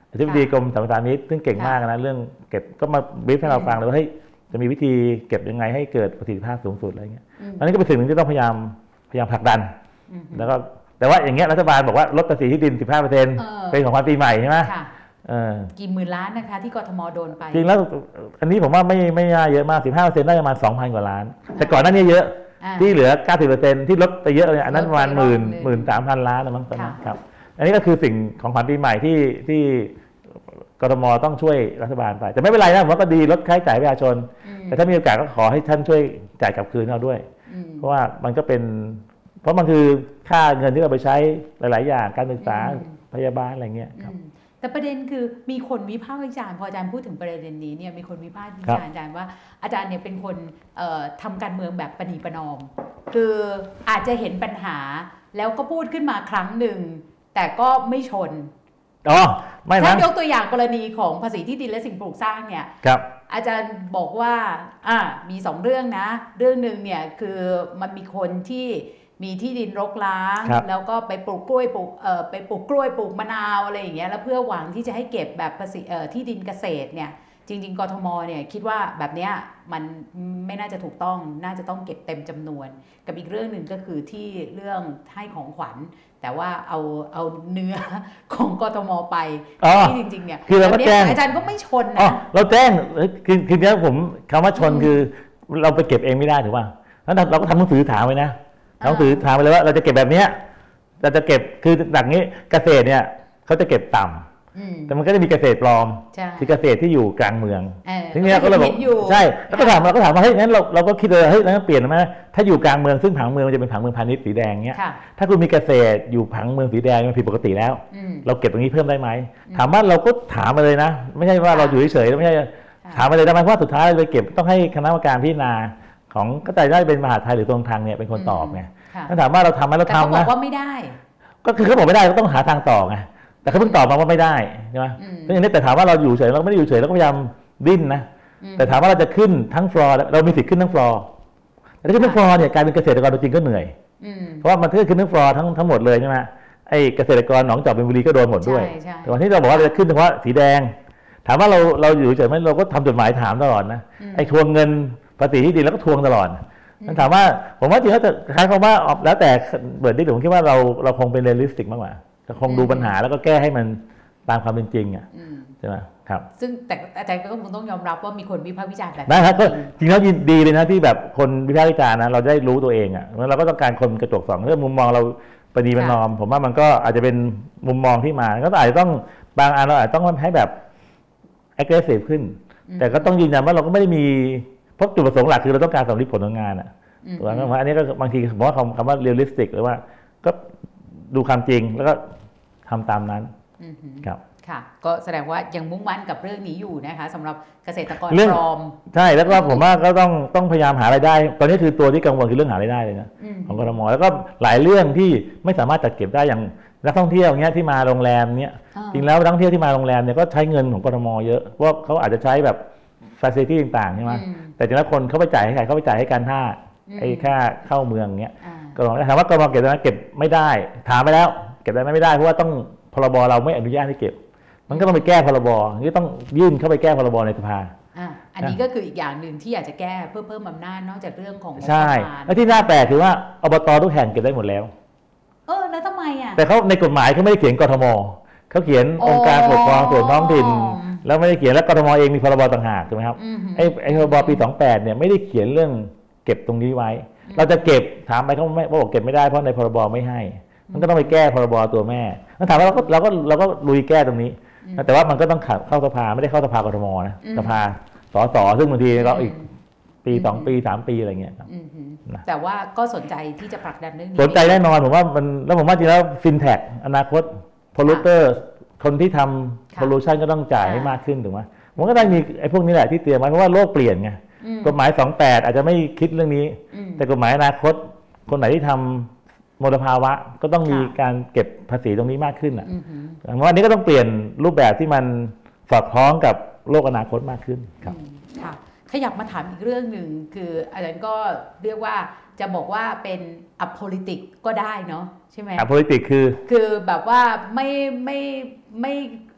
อธิบดีกรมสรรพสามิตซึ่งเก่งมากนะเรื่องเก็บก็มาบรีฟให้เราฟังเลยว่าเฮ้ยจะมีวิธีเก็บยังไงให้เกิดประสิทธิภาพสูงสุดอะไรเงี้ยอันนี้ก็เป็นสิ่งหนึ่งที่ต้องพยายามพยายามผลักดันแล้วก็แต่ว่าอย่างเงี้ยรัฐบาลบอกว่าลดภาษีที่ดิน สิบห้าเปอร์เซ็นต์ เป็นของขวัญปีใหม่ใช่ไหมกี่หมื่นล้านนะคะที่กทมโดนไปจริงแล้วอันนี้ผมว่าไม่ไม่น่าเยอะมาก สิบห้าเปอร์เซ็นต์ น่าจะประมาณ สองพัน กว่าล้านแต่ก่อนหน้านี้เยอะที่เหลือ เก้าสิบเปอร์เซ็นต์ ที่ลดไปเยอะเลยอันนั้นประมาณหมื่นหมื่นสามพันล้านนะมั้งตอนนั้นครับอันนี้ก็คือสิ่งของขวัญปีใหม่ที่ที่กทมต้องช่วยรัฐบาลไปแต่ไม่เป็นไรนะผมว่าก็ดีลดค่าใช้จ่ายประชาชนแต่ถ้ามีโอกาสก็ขอให้ท่านช่วยจ่ายกลับคืนเราด้วยเพราะว่ามันก็เป็นเพราะมันคือค่าเงินที่เราไปใช้หลายๆอย่างการศึกษาพยาบาลอะไรเงี้ยครับแต่ประเด็นคือมีคนวิพากษ์วิจารณ์พออาจารย์พูดถึงประเด็นนี้เนี่ยมีคนวิพากษ์วิจารณ์อาจารย์ว่าอาจารย์เนี่ยเป็นคนทำการเมืองแบบประนีประนอมคืออาจจะเห็นปัญหาแล้วก็พูดขึ้นมาครั้งหนึ่งแต่ก็ไม่ชนอ๋อไม่นะถ้ายกตัวอย่างกรณีของภาษีที่ดินและสิ่งปลูกสร้างเนี่ยอาจารย์บอกว่าอ่ามีสองเรื่องนะเรื่องหนึ่งเนี่ยคือมันมีคนที่มีที่ดินรกร้างแล้วก็ไปปลูกกล้วยปลูกเอ่อไปปลูกกล้วยปลูกมะนาวอะไรอย่างเงี้ยแล้วเพื่อหวังที่จะให้เก็บแบบภาษีเอ่อที่ดินเกษตรเนี่ยจริงๆกทมเนี่ยคิดว่าแบบเนี้ยมันไม่น่าจะถูกต้องน่าจะต้องเก็บเต็มจำนวนกับอีกเรื่องหนึ่งก็คือที่เรื่องให้ของขวัญแต่ว่าเอาเอาเนื้อของกทมไปที่จริงๆเนี่ยคือเราก็แจ้งอาจารย์ก็ไม่ชนนะเราแจ้งคือคือเนี้ยผมคำว่าชนคือเราไปเก็บเองไม่ได้ถูกป่ะแล้วเราก็ทำหนังสือถามไว้นะหนังสือถามไปเลยว่าเราจะเก็บแบบนี้เราจะเก็บคือแบบนี้เกษตรเนี่ยเขาจะเก็บต่ำแต่มันก็จะมีเกษตรปลอมคือเกษตรที่อยู่กลางเมืองทีนี้ก็เลยบอกใช่แล้วก็ถามเราก็ถามว่าเฮ้ยงั้นเราเราก็คิดเลยเฮ้ยแล้วเปลี่ยนไหมถ้าอยู่กลางเมืองซึ่งผังเมืองมันจะเป็นผังเมืองพาณิชย์สีแดงเนี้ยถ้าคุณมีเกษตรอยู่ผังเมืองสีแดงมันผิดปกติแล้วเราเก็บตรงนี้เพิ่มได้ไหมถามว่าเราก็ถามมาเลยนะไม่ใช่ว่าเราอยู่เฉยๆไม่ใช่ถามมาเลยได้ไหมเพราะสุดท้ายเราเก็บต้องให้คณะกรรมการพิจารณาของก็จะได้เป็นมหาไทยหรือกรมธรรม์เนี่ยเป็นคนตอบไงถ้าถามว่าเราทำไหมเราทำนะแต่เขาบอกว่าไม่ได้ก็คือเขาบอกไม่ได้ก็ต้องหาทางต่อไงแต่เขาเพิ่งตอบมาว่าไม่ได้ใช่ไหมเพราะอย่างนี้แต่ถามว่าเราอยู่เฉยเราไม่ได้อยู่เฉยเราก็พยายามดิ้นนะแต่ถามว่าเราจะขึ้นทั้งฟลอร์เรามีสิทธิ์ขึ้นทั้งฟลอร์แต่ถ้าขึ้นทั้งฟลอร์เนี่ยการเป็นเกษตรกรจริงก็เหนื่อยเพราะว่ามันถ้าขึ้นทั้งฟลอร์ทั้งทั้งหมดเลยใช่ไหมไอ้เกษตรกรหนองจอกเป็นบุรีก็โดนหมดด้วยแต่วันที่เราบอกว่าเราจะขึ้นเฉพาะสีแดงถามว่าเราเราอยู่เฉยไหมเราก็ทำจดหมายถามตลอดนะไอ้ทวงเงินภาษีที่ดินแล้วก็ทวงตลอดมันถามว่าผมว่าจริงๆแล้วจะคล้ายคำว่าแล้วแต่เบิร์ดดิผมคิดว่าเราเราคงเป็นเรียลลิสติกมากกว่าจะคงดูปัญหาแล้วก็แก้ให้มันตามความเป็นจริงอ่ะใช่ไหมครับซึ่งแต่อาจารย์ก็ต้องยอมรับว่ามีคนวิพากษ์วิจารณ์แบบได้ครับก็จริงแล้วดีเลยนะที่แบบคนวิพากษ์วิจารณ์นะเราได้รู้ตัวเองอ่ะแล้วเราก็ต้องการคนกระจกสองเรื่องมุมมองเราประนีประนอมผมว่ามันก็อาจจะเป็นมุมมองที่มาก็อาจจะต้องบางอันเราอาจจะต้องให้แบบ aggressive ขึ้นแต่ก็ต้องยืนยันว่าเราก็ไม่ได้มีเพราะจุดประสงค์หลักคือเราต้องการสำลิดผลของงานอ่ะถูกไหมว่าอันนี้ก็บางทีผมว่าคำว่า realistic หรือว่าก็ดูความจริงแล้วก็ทำตามนั้นครับค่ะก็แสดงว่ายังมุ่งมั่นกับเรื่องนี้อยู่นะคะสำหรับเกษตรกรปลอมใช่แล้วก็ผมว่าก็ต้องต้องพยายามหารายได้ตอนนี้คือตัวที่กังวลคือเรื่องหารายได้เลยนะของกทมแล้วก็หลายเรื่องที่ไม่สามารถจัดเก็บได้อย่างนักท่องเที่ยวเงี้ยที่มาโรงแรมเนี้ยจริงแล้วนักท่องเที่ยวที่มาโรงแรมเนี่ยก็ใช้เงินของกทมเยอะเพราะเขาอาจจะใช้แบบfacility ต่างๆใช่ไหมแต่จริงแล้วคนเขาไปจ่ายให้ใครเขาไปจ่ายให้การท่าไอ้ค่าเข้าเมืองเงี้ยก็ลองถามว่ากทมเก็บได้ไหมเก็บไม่ได้ถามไปแล้วเก็บได้ไหมไม่ได้เพราะว่าต้องพรบเราไม่อนุญาตให้เก็บมันก็ต้องไปแก้พรบนี่ต้องยื่นเข้าไปแก้พรบในสภาอันนี้ก็คืออีกอย่างหนึ่งที่อยากจะแก้เพื่อเพิ่มอำนาจนอกจากเรื่องของใช่แล้วที่น่าแปลกคือว่าอบตทุกแห่งเก็บได้หมดแล้วเออแล้วทำไมอ่ะแต่เขาในกฎหมายเขาไม่ได้เขียนกทมเขาเขียนองค์การปกครองส่วนท้องถิ่นแล้วไม่ได้เขียนแล้วกทมเองมีพรบต่างหากถูกไหมครับไอ้ไอ้พรบปีสองแปดเนี่ยไม่ได้เขียนเรื่องเก็บตรงนี้ไว้เราจะเก็บถามไปเขาไม่บอกเก็บไม่ได้เพราะในพรบไม่ให้มันก็ต้องไปแก้พรบตัวแม่แล้วถามว่าเราก็เราก็เราก็ลุยแก้ตรงนี้แต่ว่ามันก็ต้องเข้าสภาไม่ได้เข้าสภากทมนะสภาสสซึ่งบางทีเราอีกปีสองปีสามปีอะไรเงี้ยครับแต่ว่าก็สนใจที่จะผลักดันเรื่องนี้สนใจแน่นอนผมว่ามันแล้วผมว่าจริงแล้วฟินแท็กอนาคตพอลูเตอร์คนที่ทำโพลูชันก็ต้องจ่ายให้มากขึ้นถูกไหมมันก็ได้มีไอ้พวกนี้แหละที่เตรียมไว้เพราะว่าโลกเปลี่ยนไงกฎหมายสองแปดอาจจะไม่คิดเรื่องนี้แต่กฎหมายอนาคตคนไหนที่ทำมลภาวะก็ต้องมีการเก็บภาษีตรงนี้มากขึ้นอ่ะเพราะอันนี้ก็ต้องเปลี่ยนรูปแบบที่มันสอดคล้องกับโลกอนาคตมากขึ้นครับค่ะขยับมาถามอีกเรื่องหนึ่งคืออาจารย์ก็เรียกว่าจะบอกว่าเป็นอ politic ก็ได้เนาะใช่ไหมอ politic คือคือแบบว่าไม่ไม่ไม่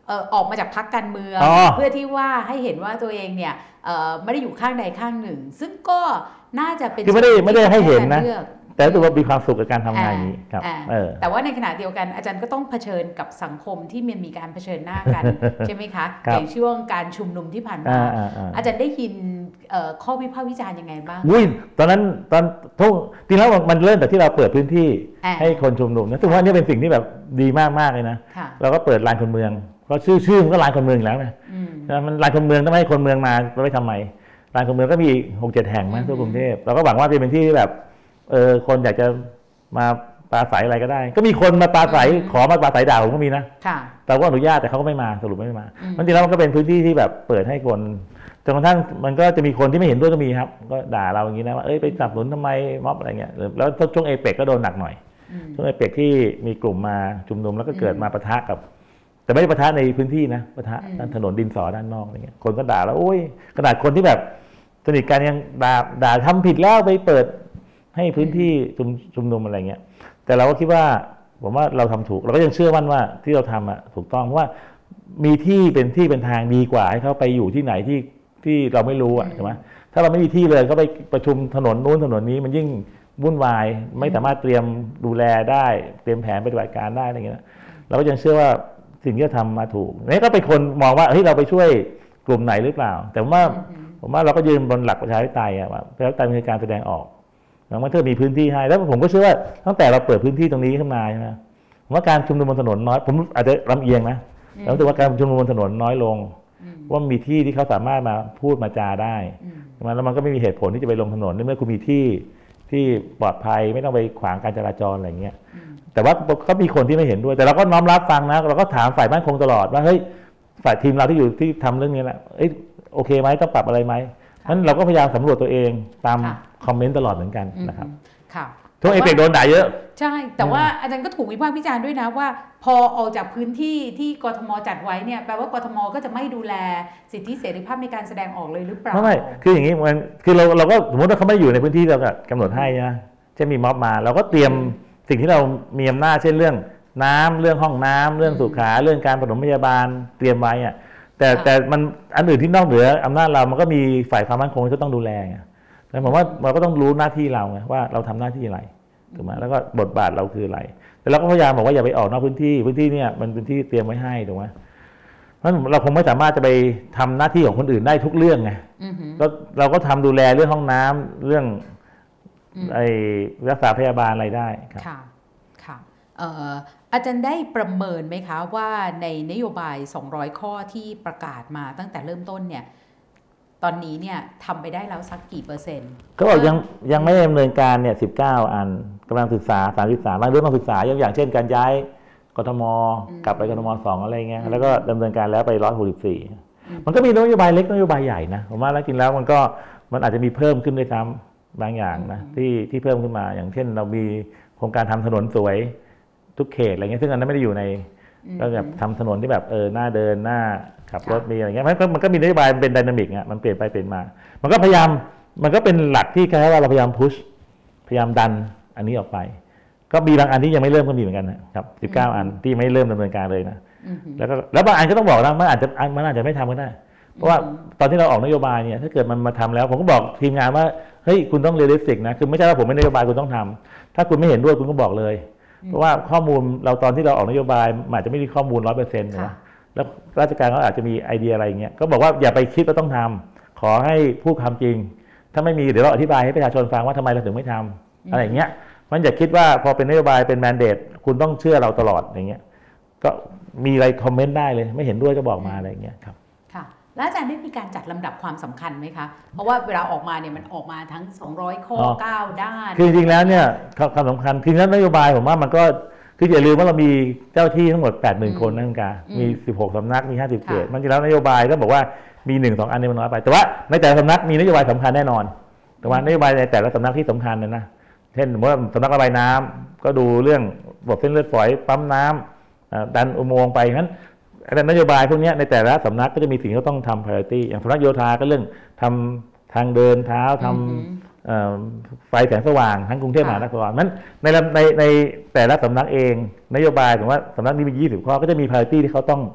เอ่อออกมาจากพรรคการเมืองเพื่อที่ว่าให้เห็นว่าตัวเองเนี่ยเอ่อไม่ได้อยู่ข้างใดข้างหนึ่งซึ่งก็น่าจะเป็นคือไม่ได้ไม่ได้ให้เห็นนะแต่ตัวมีความสุขกับการทำงานนี้ครับแต่ว่าในขณะเดียวกันอาจารย์ก็ต้องเผชิญกับสังคมที่มันมีการเผชิญหน้ากัน ใช่ไหมคะอย่างช่วงการชุมนุมที่ผ่านมาอาจารย์ได้ยินข้อวิพากษ์วิจารณ์ยังไงบ้างอุ้ยตอนนั้นตอนทุกทีแล้วมันเริ่มจากที่เราเปิดพื้นที่ให้คนชุมนุมนะซึ่งว่านี่เป็นสิ่งที่แบบดีมากๆเลยนะเราก็เปิดลานคนเมืองเพราะชื่อชื่อมันก็ลานคนเมืองแล้วนะมันลานคนเมืองต้องให้คนเมืองมาไปทำไมลานคนเมืองก็มีหกเจ็ดแห่งมั้งทั่วกรุงเทพเราก็หวังว่าเป็นที่ที่แบบเออคนอยากจะมาปราศัยอะไรก็ได้ก็มีคนมาปราศัยขอมาปราศัยด่าผมก็มีนะแต่ว่าอนุญาตแต่เขาก็ไม่มาสรุปไม่มาจริงๆแล้วมันก็เป็นพื้นที่ที่แบบเปิดให้คนจนกระทั่งมันก็จะมีคนที่ไม่เห็นด้วยก็มีครับก็ด่าเราอย่างนี้นะว่าเอ้ยไปสนับสนุนทำไมม็อบอะไรเงี้ยแล้วช่วงเอเปกก็โดนหนักหน่อยช่วงเอเปกที่มีกลุ่มมาชุมนุมแล้วก็เกิดมาปะทะกับแต่ไม่ได้ปะทะในพื้นที่นะปะทะด้านถนนดินสอด้านนอกอะไรเงี้ยคนก็ด่าแล้วโอ้ยขนาดคนที่แบบสนิทกันยังด่าด่าทำผิดแล้วไปเปิดให้พื้นที่ชุมชุมนุมอะไรเงี้ยแต่เราก็คิดว่าผมว่าเราทำถูกเราก็ยังเชื่อมั่นว่าที่เราทำอ่ะถูกต้องเพราะว่ามีที่เป็นที่เป็นทางดีกว่าให้เขาไปอยู่ที่ไหนที่ที่เราไม่รู้อ่ะใช่ไหมถ้าเราไม่มีที่เลยเขาไปประชุมถนนนู้นถนนนี้มันยิ่งวุ่นวายไม่สามารถเตรียมดูแลได้เตรียมแผนปฏิบัติการได้อะไรเงี้ยเราก็ยังเชื่อว่าสิ่งที่เราทำมาถูกนี่ก็เป็นคนมองว่าเฮ้ยเราไปช่วยกลุ่มไหนหรือเปล่าแต่ว่าผมว่าเราก็ยืนบนหลักประชาธิปไตยอ่ะว่าประชาธิปไตยคือการแสดงออกแล้วมันถ้ามีพื้นที่ให้แล้วผมก็เชื่อว่าตั้งแต่เราเปิดพื้นที่ตรงนี้ขึ้นมาใช่ไหมผมว่าการชุมนุมบนถนนน้อยผมอาจจะลำเอียงนะแต่รู้สึกว่าการชุมนุมบนถนนน้อยลงว่ามีที่ที่เขาสามารถมาพูดมาจาได้แล้วมันก็ไม่มีเหตุผลที่จะไปลงถนนเมื่อคุณมีที่ที่ปลอดภัยไม่ต้องไปขวางการจราจรอะไรเงี้ยแต่ว่าก็มีคนที่ไม่เห็นด้วยแต่เราก็น้อมรับฟังนะเราก็ถามฝ่ายมั่นคงตลอดว่าเฮ้ยฝ่ายทีมเราที่อยู่ที่ทำเรื่องนี้แหละเอ้ยโอเคไหมต้องปรับอะไรไหมนั้นเราก็พยายามสำรวจตัวเองตามคอมเมนต์ตลอดเหมือนกันนะครับทุกเอเปกโดนด่าเยอะใช่แต่ว่าอาจารย์ก็ถูกวิพากษ์วิจารณ์ด้วยนะว่าพอออกจากพื้นที่ที่กทมจัดไว้เนี่ยแปลว่ากทมก็จะไม่ดูแลสิทธิเสรีภาพในการแสดงออกเลยหรือเปล่าไม่คืออย่างนี้มันคือเราเราก็สมมติว่าเขาไม่อยู่ในพื้นที่เราก็กำหนดให้นะจะมีม็อบมาเราก็เตรียมสิ่งที่เรามีอำนาจเช่นเรื่องน้ำเรื่องห้องน้ำเรื่องสุขาเรื่องการปฐมพยาบาลเตรียมไว้อะแต่แต่มันอันอื่นที่นอกเหนืออำนาจเรามันก็มีฝ่ายความมั่นคงที่ต้องดูแลไงแต่ผมว่าเราก็ต้องรู้หน้าที่เราไงว่าเราทำหน้าที่อะไรถูกไหมแล้วก็บทบาทเราคืออะไรแต่เราก็พยายามบอกว่าอย่าไปออกนอกพื้นที่พื้นที่เนี่ยมันเป็นที่เตรียมไว้ให้ถูกไหมเพราะเราคงไม่สามารถจะไปทำหน้าที่ของคนอื่นได้ทุกเรื่องไงก็เราก็ทำดูแลเรื่องห้องน้ำเรื่องไอ้รักษาพยาบาลอะไรได้ครับค่ะค่ะอาจารย์ได้ประเมินไหมคะว่าในนโยบายสองร้อยข้อที่ประกาศมาตั้งแต่เริ่มต้นเนี่ยตอนนี้เนี่ยทำไปได้แล้วสักกี่เปอร์เซ็นต์ก็บอกยังยังไม่ดำเนินการเนี่ยสิบเก้าอันกำลังศึกษาสามสิบสามบางเรื่องต้องศึกษาอย่างเช่นการย้ายกทมกลับไปกทมสองอะไรเงี้ยแล้วก็ดำเนินการแล้วไปร้อยหกสิบสี่มันก็มีนโยบายเล็กนโยบายใหญ่นะผมว่าแล้วจริงแล้วมันก็มันอาจจะมีเพิ่มขึ้นด้วยซ้ำบางอย่างนะที่ที่เพิ่มขึ้นมาอย่างเช่นเรามีโครงการทำถนนสวยทุกเขตอะไรเงี้ยซึ่งอันนั้นไม่ได้อยู่ในก็แบบทำถนนที่แบบเออหน้าเดินหน้าขับรถมีอะไรเงี้ยมันก็มันก็มีนโยบายมันเป็นไดนามิกอ่ะมันเปลี่ยนไปเปลี่ยนมามันก็พยายามมันก็เป็นหลักที่แค่ว่าเราพยายามพุชพยายามดันอันนี้ออกไปก็มีบางอันที่ยังไม่เริ่มก็มีเหมือนกันนะครับสิบเก้าอันที่ไม่เริ่มดำเนินการเลยนะแล้วก็แล้วบางอันก็ต้องบอกนะมันอาจจะมันอาจจะไม่ทำก็ได้เพราะว่าตอนที่เราออกนโยบายเนี่ยถ้าเกิดมันมาทำแล้วผมก็บอกทีมงานว่าเฮ้ยคุณต้องเรียลลิสติกนะคือไม่ใช่ว่าผมไม่นโยบายคุณต้องทำถ้าคุณไม่เห็นด้วยคุณก็บอกเลยเพราะว่าข้อมูลเราตอนที่เราออกนโยบายอาจจะไม่มีข้อมูลร้อยเปอร์เซ็นต์นะแล้วราชการเขาอาจจะมีไอเดียอะไรอย่างเงี้ยก็บอกว่าอย่าไปคิดว่าต้องทำขอให้พูดความจริงถ้าไม่มีเดี๋ยวเราอธิบายให้ประชาชนฟังว่าทำไมเราถึงไม่ทำอะไรอย่างเงี้ยมันอย่าคิดว่าพอเป็นนโยบายเป็นแมนเดตคุณต้องเชื่อเราตลอดอย่างเงี้ยก็มีอะไรคอมเมนต์ได้เลยไม่เห็นด้วยก็บอกมาอะไรอย่างเงี้ยครับค่ะแล้วอาจารย์ได้มีการจัดลำดับความสำคัญไหมคะเพราะว่าเวลาออกมาเนี่ยมันออกมาทั้งสองร้อยข้อเก้าด้านคือจริงๆแล้วเนี่ยความสำคัญคือนั้นนโยบายผมว่ามันก็คืออย่าลืมว่าเรามีเจ้าที่ทั้งหมด แปดหมื่น คนนั่นกันมีสิบหกสำนักมีห้าสิบเขตมันจริงแล้วนโยบายก็บอกว่ามี หนึ่ง สอง อันนี้มันน้อยไปแต่ว่าในแต่ละสำนักมีนโยบายสำคัญแน่นอนแต่ว่านโยบายในแต่ละสำนักที่สำคัญนะนะเช่นสมมติว่าสำนักระบายน้ำก็ดูเรื่องระบบเส้นเลือดฝอยปั๊มน้ำดันอุโมงค์ไปนั้นนโยบายพวกนี้ในแต่ละสำนักก็จะมีสิ่งที่ต้องทำ priority อย่างสำนักโยธาก็เรื่องทำทางเดินเท้าทำไฟแสงสว่างทั้งกรุงเทพมหานครนั้นในในในแต่ละสำนักเองนโยบายถึงว่าสำนักนี้มียี่สิบข้อก็จะมี priority ที่เขาต้อง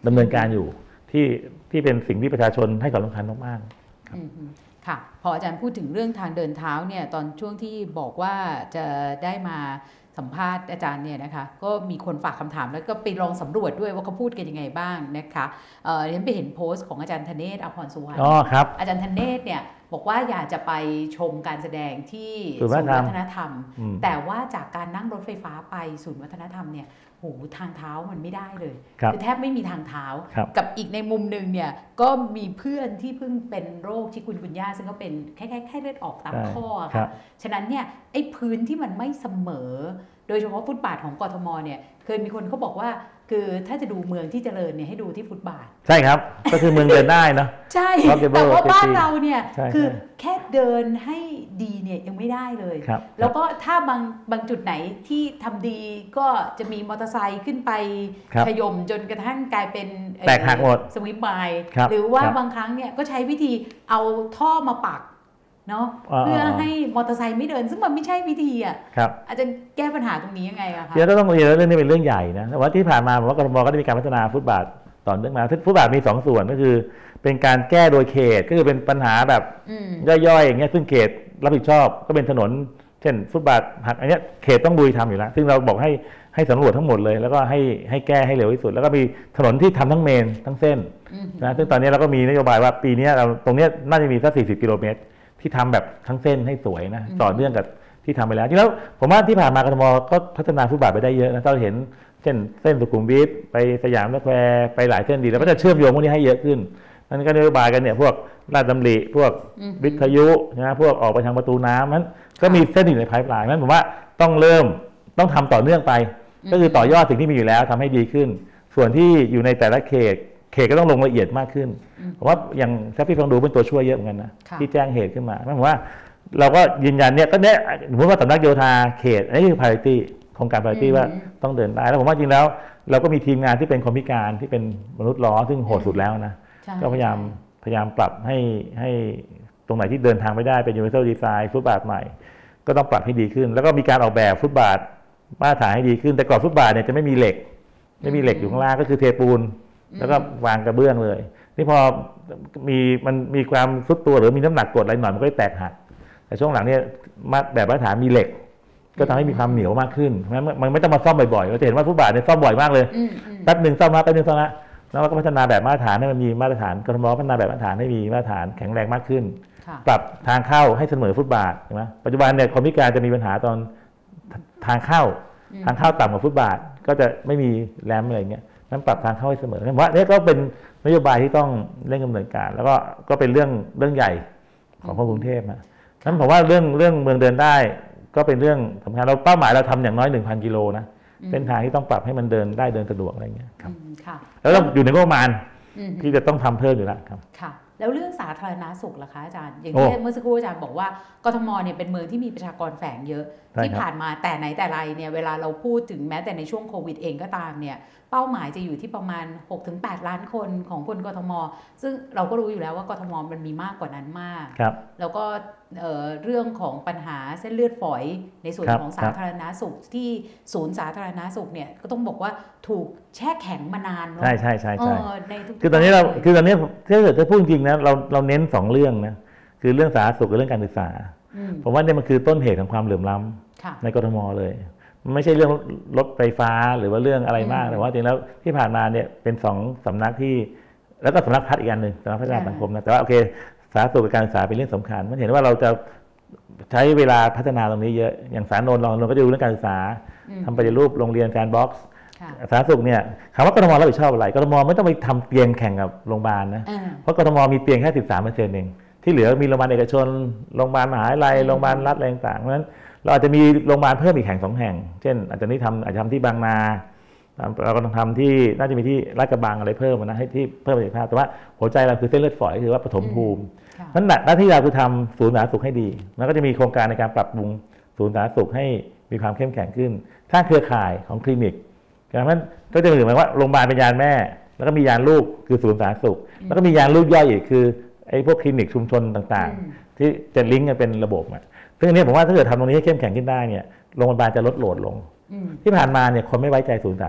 ดำเนินการอยู่ที่ที่เป็นสิ่งที่ประชาชนให้ความสำคัญมากๆครับค่ะพออาจารย์พูดถึงเรื่องทางเดินเท้าเนี่ยตอนช่วงที่บอกว่าจะได้มาสัมภาษณ์อาจารย์เนี่ยนะคะก็มีคนฝากคำถามแล้วก็ไปลองสำรวจด้วยว่าเขาพูดกันยังไงบ้างนะคะเอ่อฉันไปเห็นโพสต์ของอาจารย์ธเนศ อภรสุวรรณอ๋อครับอาจารย์ธเนศเนี่ยบอกว่าอยากจะไปชมการแสดงที่ศูนย์วัฒนธรรมแต่ว่าจากการนั่งรถไฟฟ้าไปศูนย์วัฒนธรรมเนี่ยโหทางเท้ามันไม่ได้เลยคือแทบไม่มีทางเท้ากับอีกในมุมหนึ่งเนี่ยก็มีเพื่อนที่เพิ่งเป็นโรคที่คุณคุณย่าซึ่งเขาเป็นคล้ายๆไข้เลือดออกตามข้อค่ะฉะนั้นเนี่ยไอ้พื้นที่มันไม่เสมอโดยเฉพาะฟุตบาทของกทมเนี่ยเคยมีคนเขาบอกว่าคือถ้าจะดูเมืองที่เจริญเนี่ยให้ดูที่ฟุตบาทใช่ครับก็คือเมืองเดินได้นะใช่แต่ว่าบ้านเราเนี่ยคือแค่เดินให้ดีเนี่ยยังไม่ได้เลยแล้วก็ถ้าบางบางจุดไหนที่ทำดีก็จะมีมอเตอร์ไซค์ขึ้นไปขย่มจนกระทั่งกลายเป็นแตกหักหมดสวิปไมล์หรือว่าบางครั้งเนี่ยก็ใช้วิธีเอาท่อมาปักเนาะเพื่อให้มอเตอร์ไซค์ไม่เดินซึ่งมันไม่ใช่วิธีอ่ะอาจจะแก้ปัญหาตรงนี้ยังไงอะคะเดี๋ยวต้องเรียนเรื่องนี้เป็นเรื่องใหญ่นะแต่ว่าที่ผ่านมาผมว่ากทมก็ได้มีการพัฒนาฟุตบาทต่อเนื่องมาฟุตบาทมีสองส่วนก็คือเป็นการแก้โดยเขตก็คือเป็นปัญหาแบบย่อยๆอย่างเงี้ยซึ่งเขตรับผิดชอบก็เป็นถนนเช่นฟุตบาทหักอันนี้เขตต้องดูทำอยู่แล้วซึ่งเราบอกให้ให้สำรวจทั้งหมดเลยแล้วก็ให้ให้แก้ให้เร็วที่สุดแล้วก็มีถนนที่ทำทั้งเมนทั้งเส้นนะซึ่งตอนนี้เราก็มีนโยบายว่าปีนี้เราตรงนี้น่าจะมีสักสี่สิบกิโลเมตรที่ทำแบบทั้งเส้นให้สวยนะต่อเนื่องกับที่ทำไปแล้วที่แล้วผมว่าที่ผ่านมากทมก็พัฒนาฟุตบาทไปได้เยอะนะเราเห็นเช่นเส้นสุขุมวิทไปสยามสแควร์ไปหลายเส้นดีแล้วก็จะเชื่อมโยงพวกนี้ให้เยอะขึ้นนั่นก็นโยบายกันเนี่ยพวกลาดดำริพวกวิทยุนะพวกออกไปทางประตูน้ำนั้นก็มีเส้นอยู่ในไพป์ไลน์นั้นผมว่าต้องเริ่มต้องทำต่อเนื่องไปก็คือต่อยอดสิ่งที่มีอยู่แล้วทำให้ดีขึ้นส่วนที่อยู่ในแต่ละเขตเขตก็ต้องลงละเอียดมากขึ้นเพราะว่าอย่างแทบพี่ฟังดูเป็นตัวช่วยเยอะเหมือนกันนะที่แจ้งเหตุขึ้นมาหมายความว่าเราก็ยืนยันเนี่ยก็เนี่ยสมมติว่าสำนักโยธาเขตอันนี้คือ priority โครงการ priority ว่าต้องเดินได้แล้วผมว่าจริงแล้วเราก็มีทีมงานที่เป็นคนพิการที่เป็นมนุษย์ล้อซึ่งโหดสุดแล้วนะก็พยายามพยายามปรับให้ให้ตรงไหนที่เดินทางไม่ได้เป็น universal design ฟุตบาทใหม่ก็ต้องปรับให้ดีขึ้นแล้วก็มีการออกแบบฟุตบาทมาตรฐานให้ดีขึ้นแต่ก่อนฟุตบาทเนี่ยจะไม่มีเหล็กไม่มีเหล็กอยู่ข้างล่างก็คือเทปูนแล้วก็วางกระเบื้องเลยนี่พอมีมันมีความซุดตัวหรือมีน้ำหนักกดอะไรหน่อยมันก็แตกหักแต่ช่วงหลังเนี่ยแบบมาตรฐานมีเหล็กก็ทำให้มีความเหนียวมากขึ้นมันไม่ต้องมาซ่อมบ่อยๆเราจะเห็นว่าฟุตบาทเนี่ยซ่อมบ่อยมากเลยแป๊บหนึ่งซ่อมมาแป๊บหนึ่งซ่อมละแล้วก็พัฒนาแบบมาตรฐานให้มันมีมาตรฐานกทมพัฒนาแบบมาตรฐานให้มีมาตรฐานแข็งแรงมากขึ้นปรับทางเข้าให้เสมอฟุตบาทใช่ไหมปัจจุบันเนี่ยคนพิการจะมีปัญหาตอนทางเข้าทางเข้าต่ำกว่าฟุตบาทก็จะไม่มีแรมอะไรเงี้ยนั้นปรับทางเข้าให้เสมอผมว่านี่ก็เป็นนโยบายที่ต้องเร่งดำเนินการแล้วก็ก็เป็นเรื่องเรื่องใหญ่ของกรุงเทพนะนั้นผมว่าเรื่องเรื่องเมืองเดินได้ก็เป็นเรื่องสำคัญเราเป้าหมายเราทำอย่างน้อย หนึ่งพัน กิโลนะเส้นทางที่ต้องปรับให้มันเดินได้เดินสะดวกอะไรเงี้ยครับแล้วต้องอยู่ในงบประมาณที่จะต้องทำเพิ่มอยู่แล้วครับค่ะแล้วเรื่องสาธารณสุขล่ะคะอาจารย์อย่างที่เมื่อสักครู่อาจารย์บอกว่ากทมเนี่ยเป็นเมืองที่มีประชากรแฝงเยอะที่ผ่านมาแต่ไหนแต่ไรเนี่ยเวลาเราพูดถึงแม้แต่ในช่วงโควิดเองก็ตามเนี่ยเป้าหมายจะอยู่ที่ประมาณ หกถึงแปด ล้านคนของคนกทมซึ่งเราก็รู้อยู่แล้วว่ากทมมันมีมากกว่านั้นมากแล้วก็เอ่อเรื่องของปัญหาเส้นเลือดฝอยในส่วนของสาธารณสุขที่ศูนย์สาธารณสุขเนี่ยก็ต้องบอกว่าถูกแช่แข็งมานานเนาะใช่ใช่ใช่ใช่คือตอนนี้เราคือตอนนี้ถ้าเกิดจะพูดจริงนะเราเราเน้นสองเรื่องนะคือเรื่องสาธารณสุขกับเรื่องการศึกษาผมว่าเนี่ยมันคือต้นเหตุของความเหลื่อมล้ำในกทมเลยไม่ใช่เรื่องรถไฟฟ้าหรือว่าเรื่องอะไรมากแต่ว่าจริงแล้วที่ผ่านมาเนี่ยเป็นสองสำนักที่แล้วก็สำนักพัฒน์อีกอันหนึ่งสำนักพัฒนาสังคมนะแต่ว่าโอเคสาธารณสุขกับการศึกษาเป็นเรื่องสำคัญมันเห็นว่าเราจะใช้เวลาพัฒนาตรงนี้เยอะอย่างสารโนนเราก็จะดูเรื่องการศึกษาทำปฏิรูปโรงเรียนการบ็อกซ์สาธารณสุขเนี่ยคำว่ากทมรับผิดชอบอะไรกทมไม่ต้องไปทำเตียงแข่งกับโรงพยาบาลนะเพราะกทมมีเตียงแค่สิบสามเปอร์เซ็นต์เองที่เหลือมีโรงพยาบาลเอกชนโรงพยาบาลมหาวิทยาลัยโรงพยาบาลรัฐอะไรต่างๆเพราะฉะนั้นเราอาจจะมีโรงพยาบาลเพิ่มอีกแห่งสองแห่งเช่นอาจจะนี่ทำอาจจะทำที่บางนาเราก็ต้องทำที่น่าจะมีที่ลาดกระบังอะไรเพิ่มนะให้ที่เพิ่มประสิทธิภาพแต่ว่าหัวใจเราคือเส้นเลือดฝอยคือว่าปฐมภูมินั้นหน้าที่เราคือทำศูนย์สาธารณสุขให้ดีแล้วก็จะมีโครงการในการปรับปรุงศูนย์สาธารณสุขให้มีความเข้มแข็งขึ้นสร้างเครือข่ายของคลินิกดังนั้นก็จะหมายว่าโรงพยาบาลเป็นยานแม่แล้วก็มียานลูกคือศูนย์สาธารณสุขแล้วก็มียานลูกย่อยอีกคือไอ้พวกคลินิกชุมชนต่างๆที่จะลิงก์กันเป็นระบบอ่ะซึ่งอันนี้ผมว่าถ้าเกิดทำตรงนี้ให้เข้มแข็งขึ้นได้เนี่ยโรงพยาบาลจะลดโหลดลงที่ผ่านมาเนี่ยคนไม่ไว้ใจศูนย์สาธารณสุข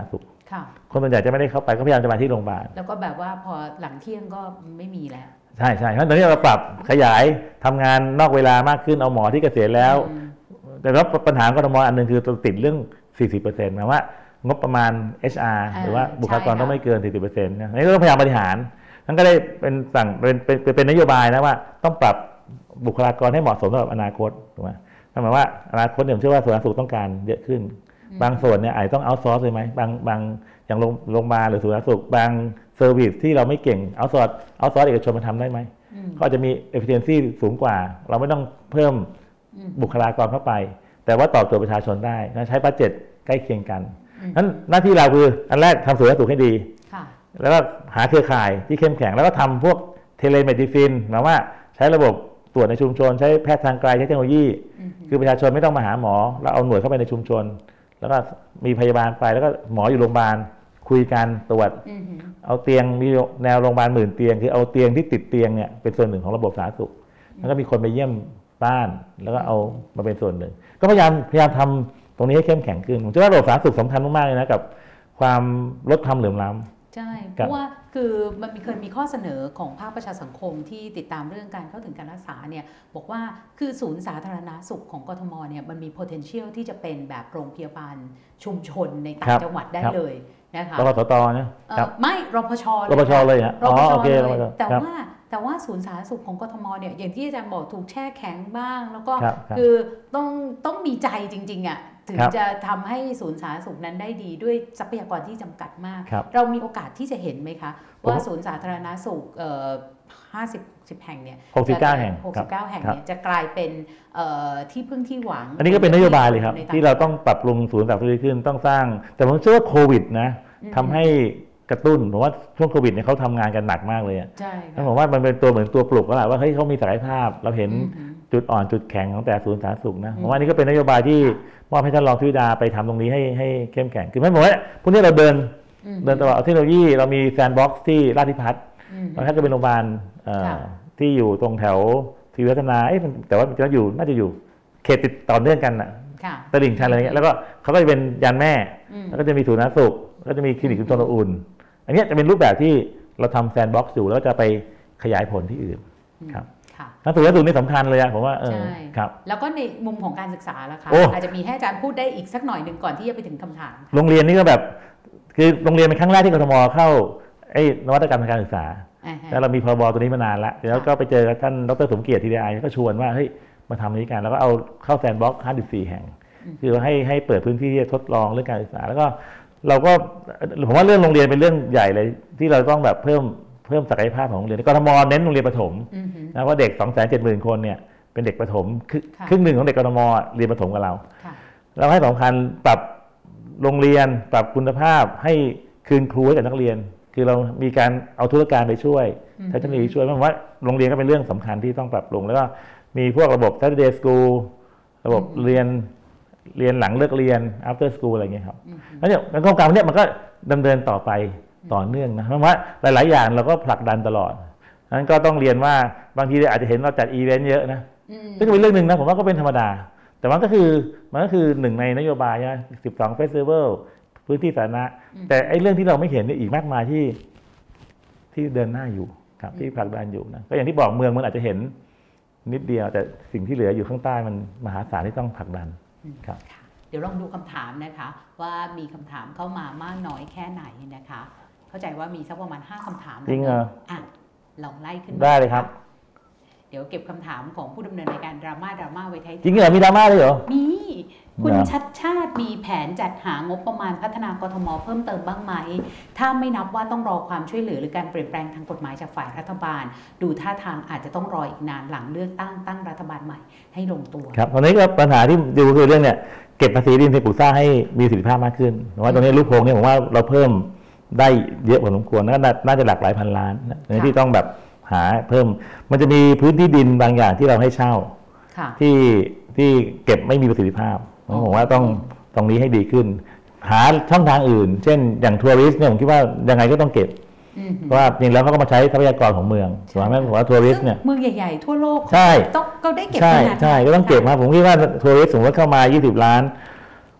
คนส่วนใหญ่จะไม่ได้เข้าไปก็พยายามจะมาที่โรงพยาบาลแล้วก็แบบว่าพอหลังเที่ยงก็ไม่มีแล้วใช่ใช่เพราะตอนนี้เราปรับขยายทำงานนอกเวลามากขึ้นเอาหมอที่เกษียณแล้วแต่ว่าปัญหากทมอันหนึ่งคือติดเรื่อง สี่สิบเปอร์เซ็นต์ หมายว่างบประมาณ เอช อาร์ หรือว่าบุคลากรต้องไม่เกิน สี่สิบเปอร์เซ็นต์ นะนี่ก็ต้องพยายามบริหารนั่นก็ได้เป็นสั่งเป็นเป็นเป็นนโยบายนะว่าต้องปรับบุคลากรให้เหมาะสมสำหรับอนาคตถูกไหมหมายว่าอนาคตเนี่ยผมเชื่อว่าส่วนราชการต้องการเยอะขึ้นบางส่วนเนี่ยอาจจะต้องเอาซอร์สเลยไหมบางบางอย่างโรงพยาบาลหรือศูนย์ราชการบางเซอร์วิสที่เราไม่เก่งเอาซอร์สเอาซอร์สเอกชนมาทำได้ไหมก็จะมี efficiency สูงกว่าเราไม่ต้องเพิ่มบุคลากรเข้าไปแต่ว่าตอบโจทย์ประชาชนได้ใช้บัดเจ็ตใกล้เคียงกันนั้นหน้าที่เราคืออันแรกทำศูนย์ราชการให้ดีแล้วก็หาเครือข่ายที่เข้มแข็งแล้วก็ทำพวกเทเลเมดิซินหมายว่าใช้ระบบตรวจในชุมชนใช้แพทย์ทางไกลใช้เทคโนโลยีคือประชาชนไม่ต้องมาหาหมอเราเอาหน่วยเข้าไปในชุมชนแล้วก็มีพยาบาลไปแล้วก็หมออยู่โรงพยาบาลคุยกันตรวจเอาเตียงมีแนวโรงพยาบาลหมื่นเตียงคือเอาเตียงที่ติดเตียงเนี่ยเป็นส่วนหนึ่งของระบบสาธารณสุขแล้วก็มีคนไปเยี่ยมบ้านแล้วก็เอามาเป็นส่วนหนึ่งก็พยายามพยายามทำตรงนี้ให้เข้มแข็งขึ้นผมเชื่อว่าระบบสาธารณสุขสำคัญมากๆเลยนะกับความลดความเหลื่อมล้ำใช่เพราะว่าคือมันมีเคยมีข้อเสนอของภาคประชาสังคมที่ติดตามเรื่องการเข้าถึงการรักษาเนี่ยบอกว่าคือศูนย์สาธารณสุขของกทมเนี่ยมันมี potential ที่จะเป็นแบบโรงพยาบาลชุมชนในต่างจังหวัดได้เลยนะคะรพตนะไม่รพชรพชเลยฮะอ๋อโอเคแต่ว่าแต่ว่าศูนย์สาธารณสุขของกทมเนี่ยอย่างที่อาจารย์บอกถูกแช่แข็งบ้างแล้วก็คือต้องต้องมีใจจริงๆอ่ะถึงจะทำให้ศูนย์สาธารณสุขนั้นได้ดีด้วยทรัพยากรที่จำกัดมากเรามีโอกาสที่จะเห็นไหมคะว่าศูนย์สาธารณสุขห้าสิบ หกสิบแห่งเนี่ยหกสิบเก้าแห่งหกสิบเก้าแห่งเนี่ยจะกลายเป็นที่พึ่งที่หวังอันนี้ก็เป็นนโยบายเลยครับที่เราต้องปรับปรุงศูนย์สาธารณสุขขึ้นต้องสร้างแต่ผมเชื่อว่าโควิดนะทำให้กระตุ้นผมว่าช่วงโควิดเนี่ยเขาทำงานกันหนักมากเลยใช่แล้วผมว่ามันเป็นตัวเหมือนตัวปลุกแล้วแหละว่าเฮ้ยเขามีศักยภาพเราเห็นจุดอ่อนจุดแข็งของแต่ศูนย์สาธารณสุขนะผมว่านี่ก็เป็นนโยบายที่มอบให้ท่านรองทวิดาไปทำตรงนี้ให้ให้เข้มแข็งคือไม่บอกว่าพวกนี้เราเดินเดินตลอดเอาเทคโนโลยีเรามีแซนด์บ็อกซ์ที่ราชพิพัฒน์แล้วถ้าก็เป็นโรงพยาบาลที่อยู่ตรงแถวทีวัฒนาแต่ว่าจะอยู่น่าจะอยู่เขตติดต่อเนื่องกันน่ะตลิ่งชันอะไรเงี้ยแล้วก็เขาก็จะเป็นยานแม่แล้วก็จะมีศูนย์สาธารณสุขก็จะมีคลินิกชุมชนอุ่นอันนี้จะเป็นรูปแบบที่เราทำแซนด์บ็อกซ์อยู่แล้วจะไปขยายผลที่อื่นครับนักศึกษาสูงนี่สำคัญเลยอะผมว่าเออครับแล้วก็ในมุมของการศึกษาล่ะคะอาจจะมีให้อาจารย์พูดได้อีกสักหน่อยหนึ่งก่อนที่จะไปถึงคำถามโรงเรียนนี่ก็แบบคือโรงเรียนเป็นครั้งแรกที่กทมเข้าไอ้นวัตกรรมทางการศึกษาแล้วเรามีพรบตัวนี้มานานแล้วแล้วก็ไปเจอท่านดร.สมเกียรติทีดีไอก็ชวนว่าเฮ้ยมาทำนี้กันแล้วก็เอาเข้าแซนด์บ็อกซ์ห้าสิบสี่แห่งคือให้ให้เปิดพื้นที่ที่จะทดลองเรื่องการศึกษาแล้วก็เราก็ผมว่าเรื่องโรงเรียนเป็นเรื่องใหญ่เลยที่เราต้องแบบเพิ่มเพิ่มศักยภาพของโรงเรียนกทมเน้นโรงเรียนประถมนะว่าเด็ก สองแสนเจ็ดหมื่น คนเนี่ยเป็นเด็กประถมครึ่งหนึ่งของเด็กกทมเรียนประถมกับเราเราให้สำคัญปรับโรงเรียนปรับคุณภาพให้คืนครูให้กับนักเรียนคือเรามีการเอาธุรการไปช่วยใช้เทคโนโลยีช่วยเพราะว่าโรงเรียนก็เป็นเรื่องสำคัญที่ต้องปรับปรุงแล้วก็มีพวกระบบ Saturday School ระบบเรียนเรียนหลังเลิกเรียน after school อะไรเงี้ยครับแล้วเนี่ยโครงการนี้มันก็ดำเนินต่อไปต่อเนื่องนะเพราะว่าหลายๆอย่างเราก็ผลักดันตลอดนั้นก็ต้องเรียนว่าบางทีอาจจะเห็นเราจัดอีเวนต์เยอะนะซึ่งเป็นเรื่องหนึ่งนะผมว่าก็เป็นธรรมดาแต่มันก็คือมันก็คือหนึ่งในนโยบายนะสิบสองเฟสติวัลพื้นที่สาธารณะแต่ไอ้เรื่องที่เราไม่เห็นเนี่ยอีกมากมายที่ที่เดินหน้าอยู่ครับที่ผลักดันอยู่นะก็อย่างที่บอกเมืองมันอาจจะเห็นนิดเดียวแต่สิ่งที่เหลืออยู่ข้างใต้มันมหาศาลที่ต้องผลักดันครับเดี๋ยวลองดูคำถามนะคะว่ามีคำถามเข้ามามากน้อยแค่ไหนนะคะเข้าใจว่ามีสักประมาณห้าคำถามจริงเหรออ่ะลองไล่ขึ้นได้เลยครับเดี๋ยวเก็บคำถามของผู้ดำเนินรายการดราม่าดราม่าไว้ท้ายจริงเหรอมีดราม่าเลยเหรอมีคุณชัดชาติมีแผนจัดหางบประมาณพัฒนากทมเพิ่มเติมบ้างไหมถ้าไม่นับว่าต้องรอความช่วยเหลือหรือการเปลี่ยนแปลงทางกฎหมายจากฝ่ายรัฐบาลดูท่าทางอาจจะต้องรออีกนานหลังเลือกตั้งตั้งรัฐบาลใหม่ให้ลงตัวครับตอนนี้ก็ปัญหาที่ดูคือเรื่องเนี่ยเก็บภาษีดินทรีย์ปลูกสร้างให้มีประสิทธิภาพมากขึ้นเพราะว่าตรงนี้ลูกโป่งเนี่ยผมว่าเราเพิ่มได้เยอะพอสมควรแล้วน่าจะหลากหลายพันล้านในที่ต้องแบบหาเพิ่มมันจะมีพื้นที่ดินบางอย่างที่เราให้เช่าที่ที่เก็บไม่มีประสิทธิภาพผมว่าต้องตรงนี้ให้ดีขึ้นหาช่องทางอื่นเช่นอย่างทัวริสต์เนี่ยผมคิดว่ายังไงก็ต้องเก็บเพราะว่าจริงแล้วเขาก็มาใช้ทรัพยากรของเมืองถูกไหมผมว่าทัวริสต์เนี่ยเมืองใหญ่ๆทั่วโลกใช่ต้องก็ได้เก็บใช่ใช่ก็ต้องเก็บมาผมคิดว่าทัวริสต์สมมติว่าเข้ามายี่สิบล้าน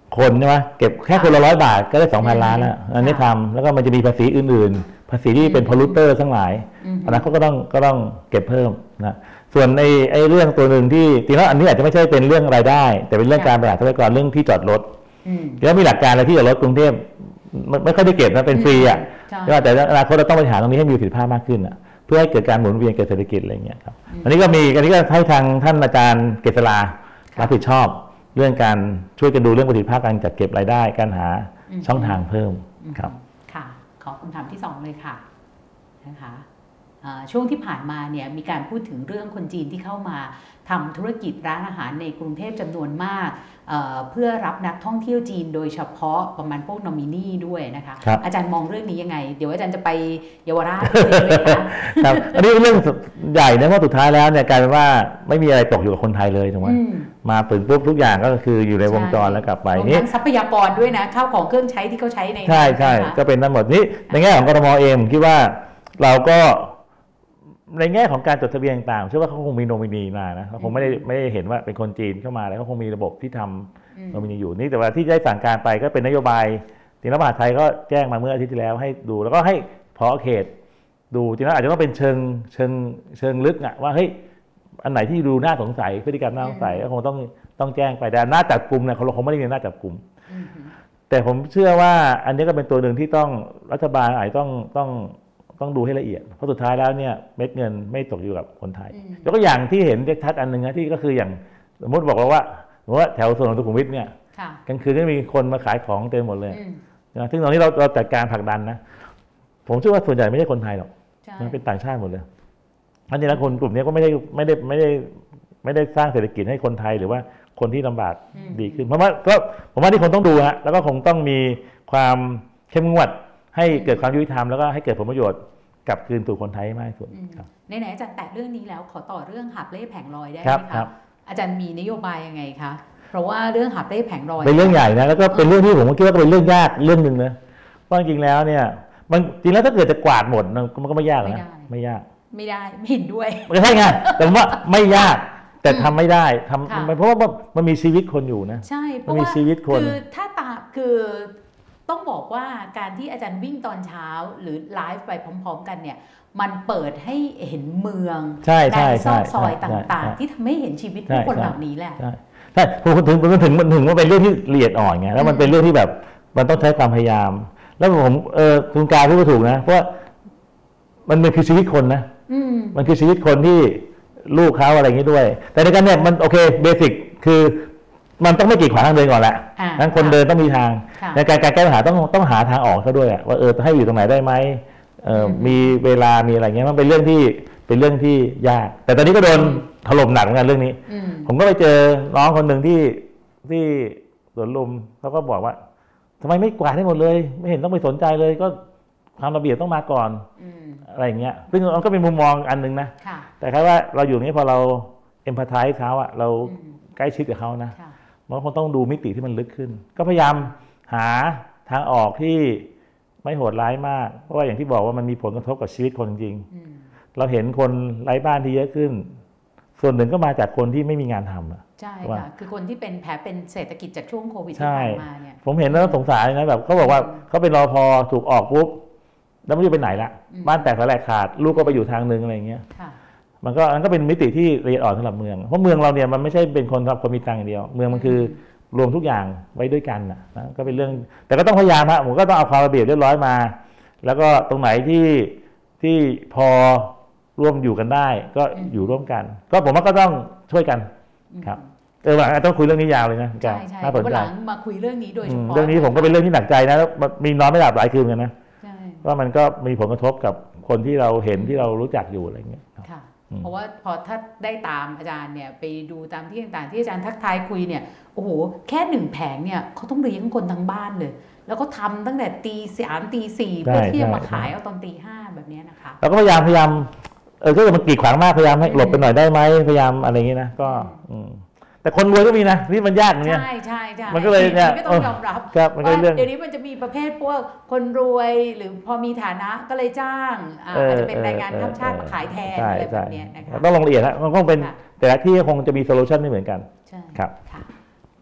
คนใช่ไหมเก็บแค่คนละร้อยบาทก็ได้สองพันล้านแล้วอันนี้ทำแล้วก็มันจะมีภาษีอื่นๆภาษีที่เป็นพอลูเตอร์ทั้งหลายอันนั้นเขาก็ต้องก็ต้องเก็บเพิ่มนะส่วนไอ้ไอ้เรื่องตัวหนึ่งที่จริงแล้วอันนี้อาจจะไม่ใช่เป็นเรื่องรายได้แต่เป็นเรื่องการบริหารทรัพยากรเรื่องที่จอดรถแล้วมีหลักการอะไรที่จอดรถกรุงเทพไม่ค่อยได้เก็บนะเป็นฟรีอ่ะแต่อนาคตเราต้องบริหารตรงนี้ให้มีประสิทธิภาพมากขึ้นอ่ะเพื่อให้เกิดการหมุนเวียนเกิดเศรษฐกิจอะไรอย่างเงี้ยครับอันนี้ก็มีอันนี้ก็ให้ทางท่านอาจารย์เกษรารับผิดชอบเรื่องการช่วยกันดูเรื่องประสิทธิภาพการจัดเก็บรายได้การหาช่องทางเพิ่มครับค่ะขอคำถามที่สองเลยค่ะนะคะช่วงที่ผ่านมาเนี่ยมีการพูดถึงเรื่องคนจีนที่เข้ามาทำธุรกิจร้านอาหารในกรุงเทพจำนวนมาก เ, เพื่อรับนักท่องเที่ยวจีนโดยเฉพาะประมาณพวกนอมินีด้วยนะคะอาจารย์มองเรื่องนี้ยังไงเดี๋ยวอาจารย์จะไปเยาวราชเลยค่ะครับอันนี้เรื่องใหญ่นะเพราะสุดท้ายแล้วเนี่ยกลายเป็นว่าไม่มีอะไรตกอยู่กับคนไทยเลยถูกไหมมาถึงปุ๊บทุกอย่างก็คืออยู่ในวงจรแล้วกลับไปนี่ทรัพยากรด้วยนะข้าวของเครื่องใช้ที่เขาใช้ในใช่ใช่ก็เป็นทั้งหมดนี้ในแง่ของกทมเองคิดว่าเราก็ในแง่ของการจดทะเบียนต่างๆเชื่อว่าเขาคงมีโนมินีมานะเขาคงไม่ได้ไม่ได้เห็นว่าเป็นคนจีนเข้ามาแล้วเขาคงมีระบบที่ทำโนมินีอยู่นี่แต่ว่าที่ได้สั่งการไปก็เป็นนโยบายจริงแล้วมหาดไทยก็แจ้งมาเมื่ออาทิตย์ที่แล้วให้ดูแล้วก็ให้ผอ.เขตดูจริงแล้วอาจจะต้องเป็นเชิงเชิงเชิงลึกอะว่าเฮ้ยอันไหนที่ดูน่าสงสัยพฤติกรรมน่าสงสัยก็คงต้องต้องแจ้งไปแต่หน้าจับกลุ่มเนี่ยเขาคงไม่ได้มีหน้าจับกลุ่มแต่ผมเชื่อว่าอันนี้ก็เป็นตัวหนึ่งที่ต้องรัฐบาลอาจจะต้องต้องต้องดูให้ละเอียดเพราะสุดท้ายแล้วเนี่ยเม็ดเงินไม่ตกอยู่กับคนไทยยกตัวอย่างที่เห็นชัดอันหนึ่งนะที่ก็คืออย่างสมมติบอกเราว่าว่าแถวสวนสุขุมวิทเนี่ยกลางคืนก็มีคนมาขายของเต็มหมดเลยนะซึ่งตอนนี้เราเราจัดการผลักดันนะผมเชื่อว่าส่วนใหญ่ไม่ใช่คนไทยหรอกมันเป็นต่างชาติหมดเลยอันนี้แล้วคนกลุ่มนี้ก็ไม่ได้ไม่ได้ไม่ได้ไม่ได้สร้างเศรษฐกิจให้คนไทยหรือว่าคนที่ลำบากดีขึ้นเพราะว่าก็ผมว่าที่คนต้องดูฮะแล้วก็คงต้องมีความเข้มงวดให้เกิดความยุติธรรมแล้วก็ให้เกิดผลประโยชน์กลับคืนสู่คนไทยมากที่สุดในไหนอาจารย์แตะเรื่องนี้แล้วขอต่อเรื่องหับเล่แผงลอยได้ไหมครับอาจารย์มีนโยบายยังไงคะเพราะว่าเรื่องหับเล่แผงลอยเป็นเรื่องใหญ่นะแล้วก็เป็นเรื่องที่ผมคิดว่าเป็นเรื่องยากเรื่องหนึ่งนะว่าจริงแล้วเนี่ยมันจริงแล้วถ้าเกิดจะกวาดหมดมันก็ไม่ยากนะไม่ยากไม่ได้ไม่เห็นด้วยไม่ใช่ไงแต่ว่าไม่ยากแต่ทำไม่ได้ทำเพราะว่ามันมีชีวิตคนอยู่นะใช่เพราะว่าคือถ้าตาคือต้องบอกว่าการที่อาจารย์วิ่งตอนเช้าหรือไลฟ์ไปพร้อมๆกันเนี่ยมันเปิดให้เห็นเมืองในซอกซอยต่างๆที่ทำให้เห็นชีวิตผู้คนเหล่านี้แหละใช่ผมถึงมันถึงมันถึงว่าเป็นเรื่องที่ละเอียดอ่อนไงแล้วมันเป็นเรื่องที่แบบมันต้องใช้ความพยายามแล้วผมเออคุณกายพูดถูกนะเพราะมันเป็นคือชีวิตคนนะมันคือชีวิตคนที่ลูกเขาอะไรอย่างนี้ด้วยแต่ในการเนี่ยมันโอเคเบสิกคือมันต้องไม่กีดขวางทางเดินก่อนแหละนั้นคนเดินต้องมีทางในการการแก้ปัญหาต้องต้องหาทางออกเขาด้วยว่าเออให้อยู่ตรงไหนได้ไหมมีเวลามีอะไรเงี้ยมันเป็นเรื่องที่เป็นเรื่องที่ยากแต่ตอนนี้ก็โดนถล่มหนักเหมือนกันเรื่องนี้ผมก็ไปเจอน้องคนหนึ่งที่ที่สวนลุมเขาก็บอกว่าทำไมไม่กวาดให้หมดเลยไม่เห็นต้องไปสนใจเลยก็ความระเบียบต้องมาก่อนอะไรอย่างเงี้ยซึ่งมันก็เป็นมุมมองอันนึงนะแต่แค่ว่าเราอยู่นี้พอเราเอ็มพัตไทส์เขาอะเราใกล้ชิดกับเขานะมันคงต้องดูมิติที่มันลึกขึ้นก็พยายามหาทางออกที่ไม่โหดร้ายมากเพราะว่าอย่างที่บอกว่ามันมีผลกระทบกับชีวิตคนจริงๆเราเห็นคนไร้บ้านที่เยอะขึ้นส่วนหนึ่งก็มาจากคนที่ไม่มีงานทำอ่ะใช่ค่ะคือคนที่เป็นแผลเป็นเศรษฐกิจจากช่วงโควิดที่ผ่านมาเนี่ยผมเห็นแล้วสงสารนะแบบเขาบอกว่าเขาเป็นรปภ.ถูกออกปุ๊บแล้วไม่รู้ไปไหนละบ้านแตกสลายขาดลูกก็ไปอยู่ทางนึงอะไรอย่างเงี้ยมันก็มันก็เป็นมิติที่ละเอียดอ่อนสำหรับเมืองเพราะเมืองเราเนี่ยมันไม่ใช่เป็นคนสำหรับคนมีตังค์อย่างเดียวเมืองมันคือรวมทุกอย่างไว้ด้วยกันนะก็เป็นเรื่องแต่ก็ต้องพยายามฮะผมก็ต้องเอาความระเบียบเรียบร้อยมาแล้วก็ตรงไหนที่ที่พอร่วมอยู่กันได้ก็อยู่ร่วมกันก็ผมว่าก็ต้องช่วยกันครับเออว่าต้องคุยเรื่องนี้ยาวเลยนะใช่ใช่วันหลังมาคุยเรื่องนี้โดยเฉพาะเรื่องนี้ผมก็เป็นเรื่องที่หนักใจนะแล้วมีนอนไม่หลับหลายคืนกันนะว่ามันก็มีผลกระทบกับคนที่เราเห็นที่เรารู้จักอยู่อะไรเงี้ยค่ะเพราะว่าพอถ้าได้ตามอาจารย์เนี่ยไปดูตามที่ต่างๆที่อาจารย์ทักทายคุยเนี่ยโอ้โหแค่หนึ่งแผงเนี่ยเขาต้องเลี้ยงคนทั้งบ้านเลยแล้วก็ทำตั้งแต่ตีสามตีสี่เพื่อที่จะมาขายเอาตอนตีห้าแบบนี้นะคะแล้วก็พยายามพยายามเออก็มันกีดขวางมากพยายามให้หลบไปหน่อยได้ไหมพยายามอะไรอย่างนี้นะก็แต่คนรวยก็มีนะนี่มันยากเนี่ยใช่ใช่ใช่มันก็เลยเนี่ยก็ต้องยอมรับว่าเดี๋ยวนี้มันจะมีประเภทพวกคนรวยหรือพอมีฐานะก็เลยจ้างอาจจะเป็นแรงงานข้ามชาติมาขายแทนอะไรแบบนี้นะคะต้องลงละเอียดนะมันคงเป็นแต่ละที่คงจะมีโซลูชันไม่เหมือนกันใช่ครับ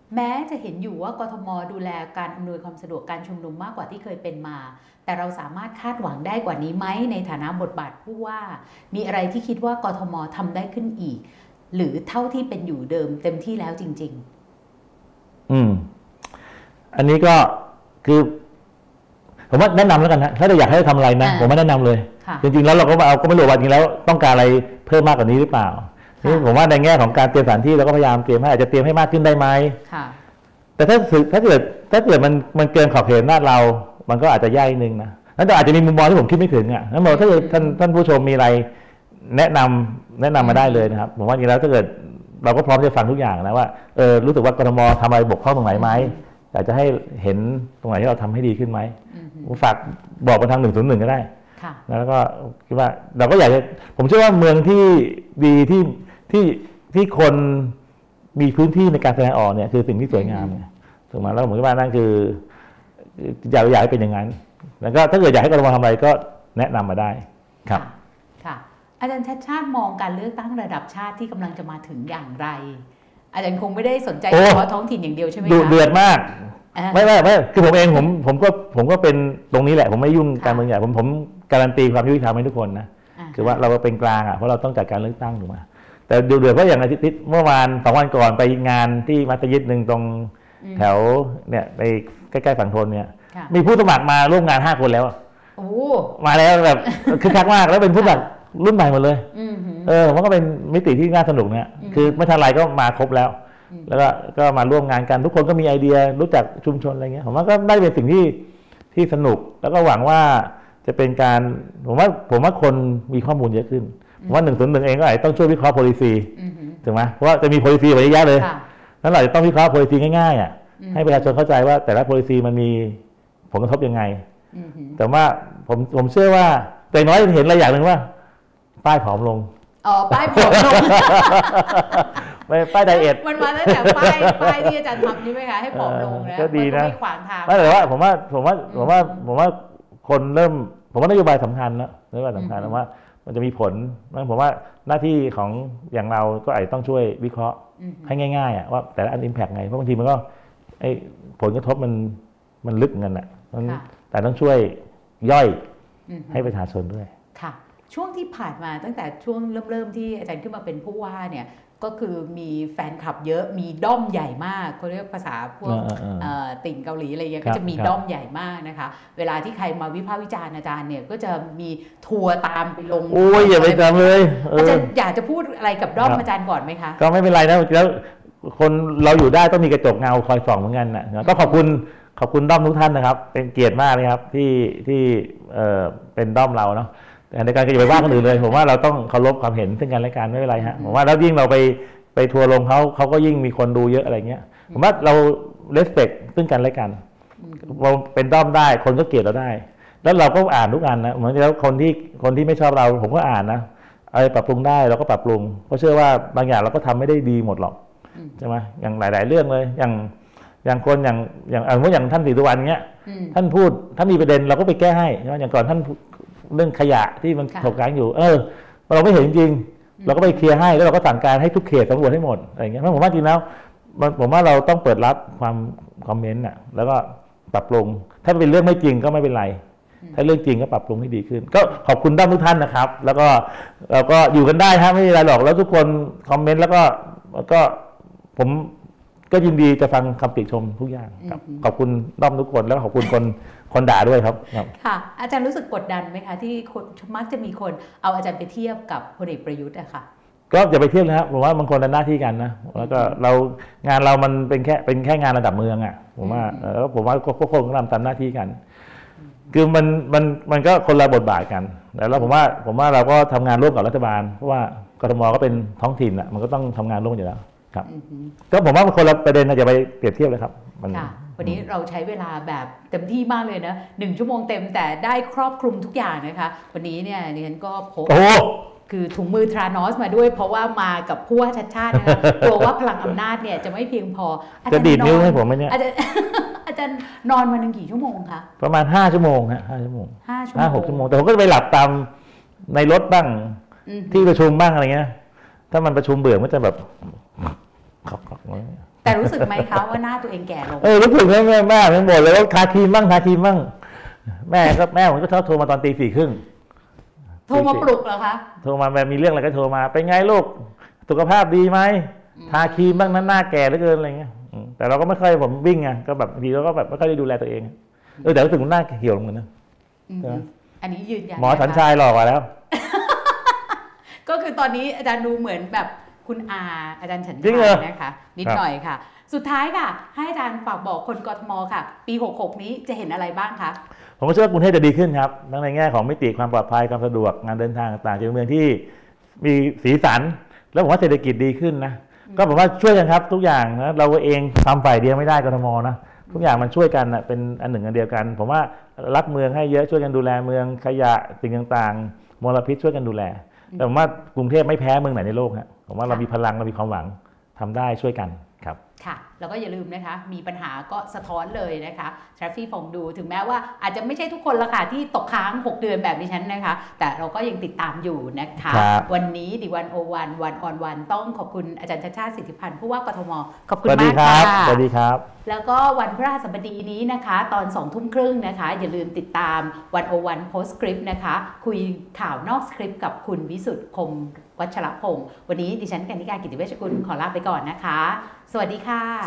แม้จะเห็นอยู่ว่ากทมดูแลการอำนวยความสะดวกการชุมนุมมากกว่าที่เคยเป็นมาแต่เราสามารถคาดหวังได้กว่านี้ไหมในฐานะบทบาทผู้ว่ามีอะไรที่คิดว่ากทมทำได้ขึ้นอีกหรือเท่าที่เป็นอยู่เดิมเต็มที่แล้วจริงๆอืมอันนี้ก็คือผมว่าแนะนำแล้วกันนะถ้าเราอยากให้ทำอะไรนะผมไม่แนะนำเลยจริงๆแล้วเราก็เอาก็ไม่รู้ว่าจริงแล้วต้องการอะไรเพิ่มมากกว่านี้หรือเปล่านี่ผมว่าในแง่ของการเตรียมสถานที่เราก็พยายามเตรียมให้อาจจะเตรียมให้มากขึ้นได้ไหมแต่ถ้าถ้าเกิดถ้าเกิดมันมันเกินขอบเขตหน้าเรามันก็อาจจะยากนิดนึงนะนั่นอาจจะมีมุมมองที่ผมคิดไม่ถึงอ่ะนั่นหมายถ้าเกิดท่านท่านผู้ชมมีอะไรแนะนำแนะนำมาได้เลยนะครับผมว่าจริงแล้วถ้าเกิดเราก็พร้อมจะฟังทุกอย่างนะว่าเออรู้สึกว่ากทมทำอะไรบกพร่องตรงไหนไหมอยากจะให้เห็นตรงไหนที่เราทำให้ดีขึ้นไหมฝากบอกมาทางหนึ่งศูนย์หนึ่งก็ได้แล้วก็คิดว่าเราก็อยากจะผมเชื่อว่าเมืองที่ดีที่ที่ที่คนมีพื้นที่ในการแสดงออกเนี่ยคือสิ่งที่สวยงามถูกไหมแล้วผมคิดว่านั่นคืออยากอยากให้เป็นอย่างนั้นแล้วก็ถ้าเกิดอยากให้กทมทำอะไรก็แนะนำมาได้ครับค่ะอาจารย์ชัชชาติมองการเลือกตั้งระดับชาติที่กำลังจะมาถึงอย่างไรอาจารย์คงไม่ได้สนใจเฉพาะท้องถิ่นอย่างเดียวใช่ไหมคะเดือดมากไม่ไม่ไม่คือผมเองผมผมก็ผมก็เป็นตรงนี้แหละผมไม่ยุ่งการเมืองใหญ่ผมผมการันตีความยุติธรรมให้ทุกคนนะคือว่าเราเป็นกลางอ่ะเพราะเราต้องจัดการเลือกตั้งถูกไหมแต่เดือดเพราะอย่างอาทิตย์เมื่อวานสองวันก่อนไปงานที่มัสยิดหนึ่งตรงแถวเนี่ยในใกล้ๆฝั่งทนเนี่ยมีผู้สมัครมาร่วมงานห้าคนแล้วมาแล้วแบบคึกคักมากแล้วเป็นผู้สมัครรุ่นใหม่หมดเลยเออมันก็เป็นมิติที่น่าสนุกเนี่ยคือไม่ทันไรก็มาครบแล้วแล้วก็ก็มาร่วมงานกันทุกคนก็มีไอเดียรู้จักชุมชนอะไรเงี้ยผมว่าก็ได้เป็นสิ่งที่ที่สนุกแล้วก็หวังว่าจะเป็นการผมว่าผมว่าคนมีข้อมูลเยอะขึ้นผมว่าหนึ่งศูนย์หนึ่งเองก็อาจจะต้องช่วยวิเคราะห์ policy ถูกไหมเพราะว่าจะมี policy ไว้เยอะเลยนั้นเราจะต้องวิเคราะห์ policy ง่ายๆอ่ะให้ประชาชนเข้าใจว่าแต่ละ policy มันมีผลกระทบยังไงแต่ว่าผมผมเชื่อว่าแต่น้อยเห็นอะไรอย่างหนึ่งว่าป้ายผอมลงอ๋อป้ายผอมลงไม่ป้ายไดเอทมันมาตั้งแต่ป้ายป้ายที่อาจารย์ทำใช่ไหมคะให้ผอมลงนะก็ดีนะไม่ขวางทางไม่แต่ว่าผมว่าผมว่าผมว่าผมว่าคนเริ่มผมว่านโยบายสำคัญนะนโยบายสำคัญนะว่ามันจะมีผลนั่นผมว่าหน้าที่ของอย่างเราก็อาจจะต้องช่วยวิเคราะห์ให้ง่ายๆอ่ะว่าแต่ละอันอิมแพกไงเพราะบางทีมันก็ไอ้ผลกระทบมันมันลึกเงินอ่ะแต่ต้องช่วยย่อยให้ประชาชนด้วยค่ะช่วงที่ผ่านมาตั้งแต่ช่วงเริ่มๆที่อาจารย์ขึ้นมาเป็นผู้ว่าเนี่ยก็คือมีแฟนคลับเยอะมีด้อมใหญ่มากเขาเรียกภาษาพวกติ่งเกาหลีอะไรเงี้ยก็จะมีด้อมใหญ่มากนะคะเวลาที่ใครมาวิพากษ์วิจารณ์อาจารย์เนี่ยก็จะมีทัวร์ตามไปลงโอ้ยอย่าไปจำเลยอาจารย์อยากจะพูดอะไรกับด้อมอาจารย์ก่อนไหมคะก็ไม่เป็นไรนะแล้วคนเราอยู่ได้ต้องมีกระจกเงาคอยส่องเหมือนกันนะก็ขอบคุณขอบคุณด้อมทุกท่านนะครับเป็นเกียรติมากเลยครับที่ที่เป็นด้อมเราเนาะแต่ในการก็อย่าไปว่าคนอื่นเลยผมว่าเราต้องเคารพความเห็นซึ่งกันและกันไม่เป็นไรฮะผมว่าแล้วยิ่งเราไปไปทัวร์ลงเขาเขาก็ยิ่งมีคนดูเยอะอะไรเงี้ยผมว่าเราเลสเปคซึ่งกันและกันเราเป็นด้อมได้คนก็เกลียดเราได้แล้วเราก็อ่านทุกอันนะเหมือนแล้วคนที่คนที่ไม่ชอบเราผมก็อ่านนะอะไรปรับปรุงได้เราก็ปรับปรุงเพราะเชื่อว่าบางอย่างเราก็ทำไม่ได้ดีหมดหรอกใช่ไหมอย่างหลายๆเรื่องเลยอย่างอย่างคนอย่างอย่างเอาว่าอย่างท่านศรีสุวรรณเงี้ยท่านพูดถ้ามีประเด็นเราก็ไปแก้ให้อย่างก่อนท่านเรื่องขยะที่มันถกค้างอยู่เออเราไม่เห็นจริงๆเราก็ไปเคลียร์ให้แล้วเราก็สั่งการให้ทุกเขตสำรวจให้หมดอะไรอย่างเงี้ยเพราะผมว่าจริงแล้วผมว่าเราต้องเปิดรับความคอมเมนต์อ่ะแล้วก็ปรับปรุงถ้าเป็นเรื่องไม่จริงก็ไม่เป็นไรถ้าเรื่องจริงก็ปรับปรุงให้ดีขึ้นก็ขอบคุณด้านทุกท่านนะครับแล้วก็เราก็อยู่กันได้ครับไม่มีอะไรหรอกแล้วทุกคนคอมเมนต์แล้วก็ก็ผมก็ยินดีจะฟังคำติชมทุกอย่างขอบคุณด้อมทุกคนแล้วขอบคุณคนคนด่าด้วยครับค่ะอาจารย์รู้สึกกดดันไหมคะที่คนมักจะมีคนเอาอาจารย์ไปเทียบกับพลเอกประยุทธ์อะค่ะก็อย่าไปเทียบนะครับผมว่าบางคนทำหน้าที่กันนะแล้วก็เรางานเรามันเป็นแค่เป็นแค่งานระดับเมืองอะผมว่าแล้วผมว่าก็คงทำตามหน้าที่กันคือมันมันมันก็คนละบทบาทกันแล้วผมว่าผมว่าเราก็ทำงานร่วมกับรัฐบาลเพราะว่ากทมก็เป็นท้องถิ่นอะมันก็ต้องทำงานร่วมอยู่แล้วครับก็ผมว่าคนละประเด็นนะอย่าไปเปรียบเทียบเลยครับค่ะวันนี้เราใช้เวลาแบบเต็มที่มากเลยนะหนึ่งชั่วโมงเต็มแต่ได้ครอบคลุมทุกอย่างนะคะวันนี้เนี่ยดิฉันก็พกคือถุงมือทรานอสมาด้วยเพราะว่ามากับผู้ว่าชัดชาตินะคะกลัวว่าพลังอำนาจเนี่ยจะไม่เพียงพอจะดีดนิ้วให้ผมไหมเนี่ยอาจารย์อาจารย์นอนวันหนึ่งกี่ชั่วโมงคะประมาณห้าชั่วโมงฮะห้าชั่วโมงห้าชั่วโมงห้าหกชั่วโมงแต่ผมก็จะไปหลับตามในรถบ้างที่ประชุมบ้างอะไรเงี้ยถ้ามันประชุมเบื่อมันจะแบบแแต่รู้สึกไหมคะว่าหน้าตัวเองแก่ลงเออรู้สึกแม่แม่แม่ทั้งหมดเลยว่าทาครีมบ้างทาครีมบ้างแม่ก็แม่ผมก็ชอบโทรมาตอนตีสี่ครึ่งโทรมาปลุกเหรอคะโทรมาแบบมีเรื่องอะไรก็โทรมาเป็นไงลูกสุขภาพดีไหมทาครีมบ้างนั้นหน้าแก่เหลือเกินอะไรเงี้ยแต่เราก็ไม่ค่อยผมวิ่งไงก็แบบบางทีเราก็แบบไม่ค่อยได้ดูแลตัวเองเออแต่รู้สึกหน้าเหี่ยวลงเหมือนกันอันนี้ยืนยันหมอสัญชัยหลอกมาแล้วก็คือตอนนี้อาจารย์ดูเหมือนแบบคุณอาอาจารย์ฉันชัยนะคะนิดหน่อยค่ะสุดท้ายค่ะให้อาจารย์ฝากบอกคนกทมค่ะปีหกหกนี้จะเห็นอะไรบ้างคะผมก็เชื่อว่ากรุงเทพจะดีขึ้นครับทั้งในแง่ของมิติความปลอดภัยความสะดวกงานเดินทางต่างๆเป็นเมืองที่มีสีสันแล้วผมว่าเศรษฐกิจดีขึ้นนะก็ผมว่าช่วยกันครับทุกอย่างนะเราเองทำฝ่ายเดียวไม่ได้กทมนะทุกอย่างมันช่วยกันนะเป็นอันหนึ่งอันเดียวกันผมว่ารักเมืองให้เยอะช่วยกันดูแลเมืองขยะสิ่งต่างๆมลพิษช่วยกันดูแลแต่ผมว่ากรุงเทพไม่แพ้เมืองไหนในโลกฮะผมว่าเรามีพลังเรามีความหวังทำได้ช่วยกันครับค่ะแล้วก็อย่าลืมนะคะมีปัญหาก็สะท้อนเลยนะคะทราฟฟี่ฟองดูถึงแม้ว่าอาจจะไม่ใช่ทุกคนละค่ะที่ตกค้างหกเดือนแบบดิฉันนะคะแต่เราก็ยังติดตามอยู่นะคะวันนี้ดิวันโอวันวันออนวันต้องขอบคุณอาจารย์ชาติชาติสิทธิพันธ์ผู้ว่ากทมขอบคุณมากค่ะสวัสดีครับแล้วก็วันพฤหัสบดีนี้นะคะตอนสองทุ่มครึ่งนะคะอย่าลืมติดตามวันโอวันโพสต์สคริปต์นะคะคุยข่าวนอกสคริปต์กับคุณวิสุทธิ์คมวัชรพงศ์วันนี้ดิฉันกนิกากิติเวชกุลขอลาไปก่อนนะคะสวัสดีค่ะ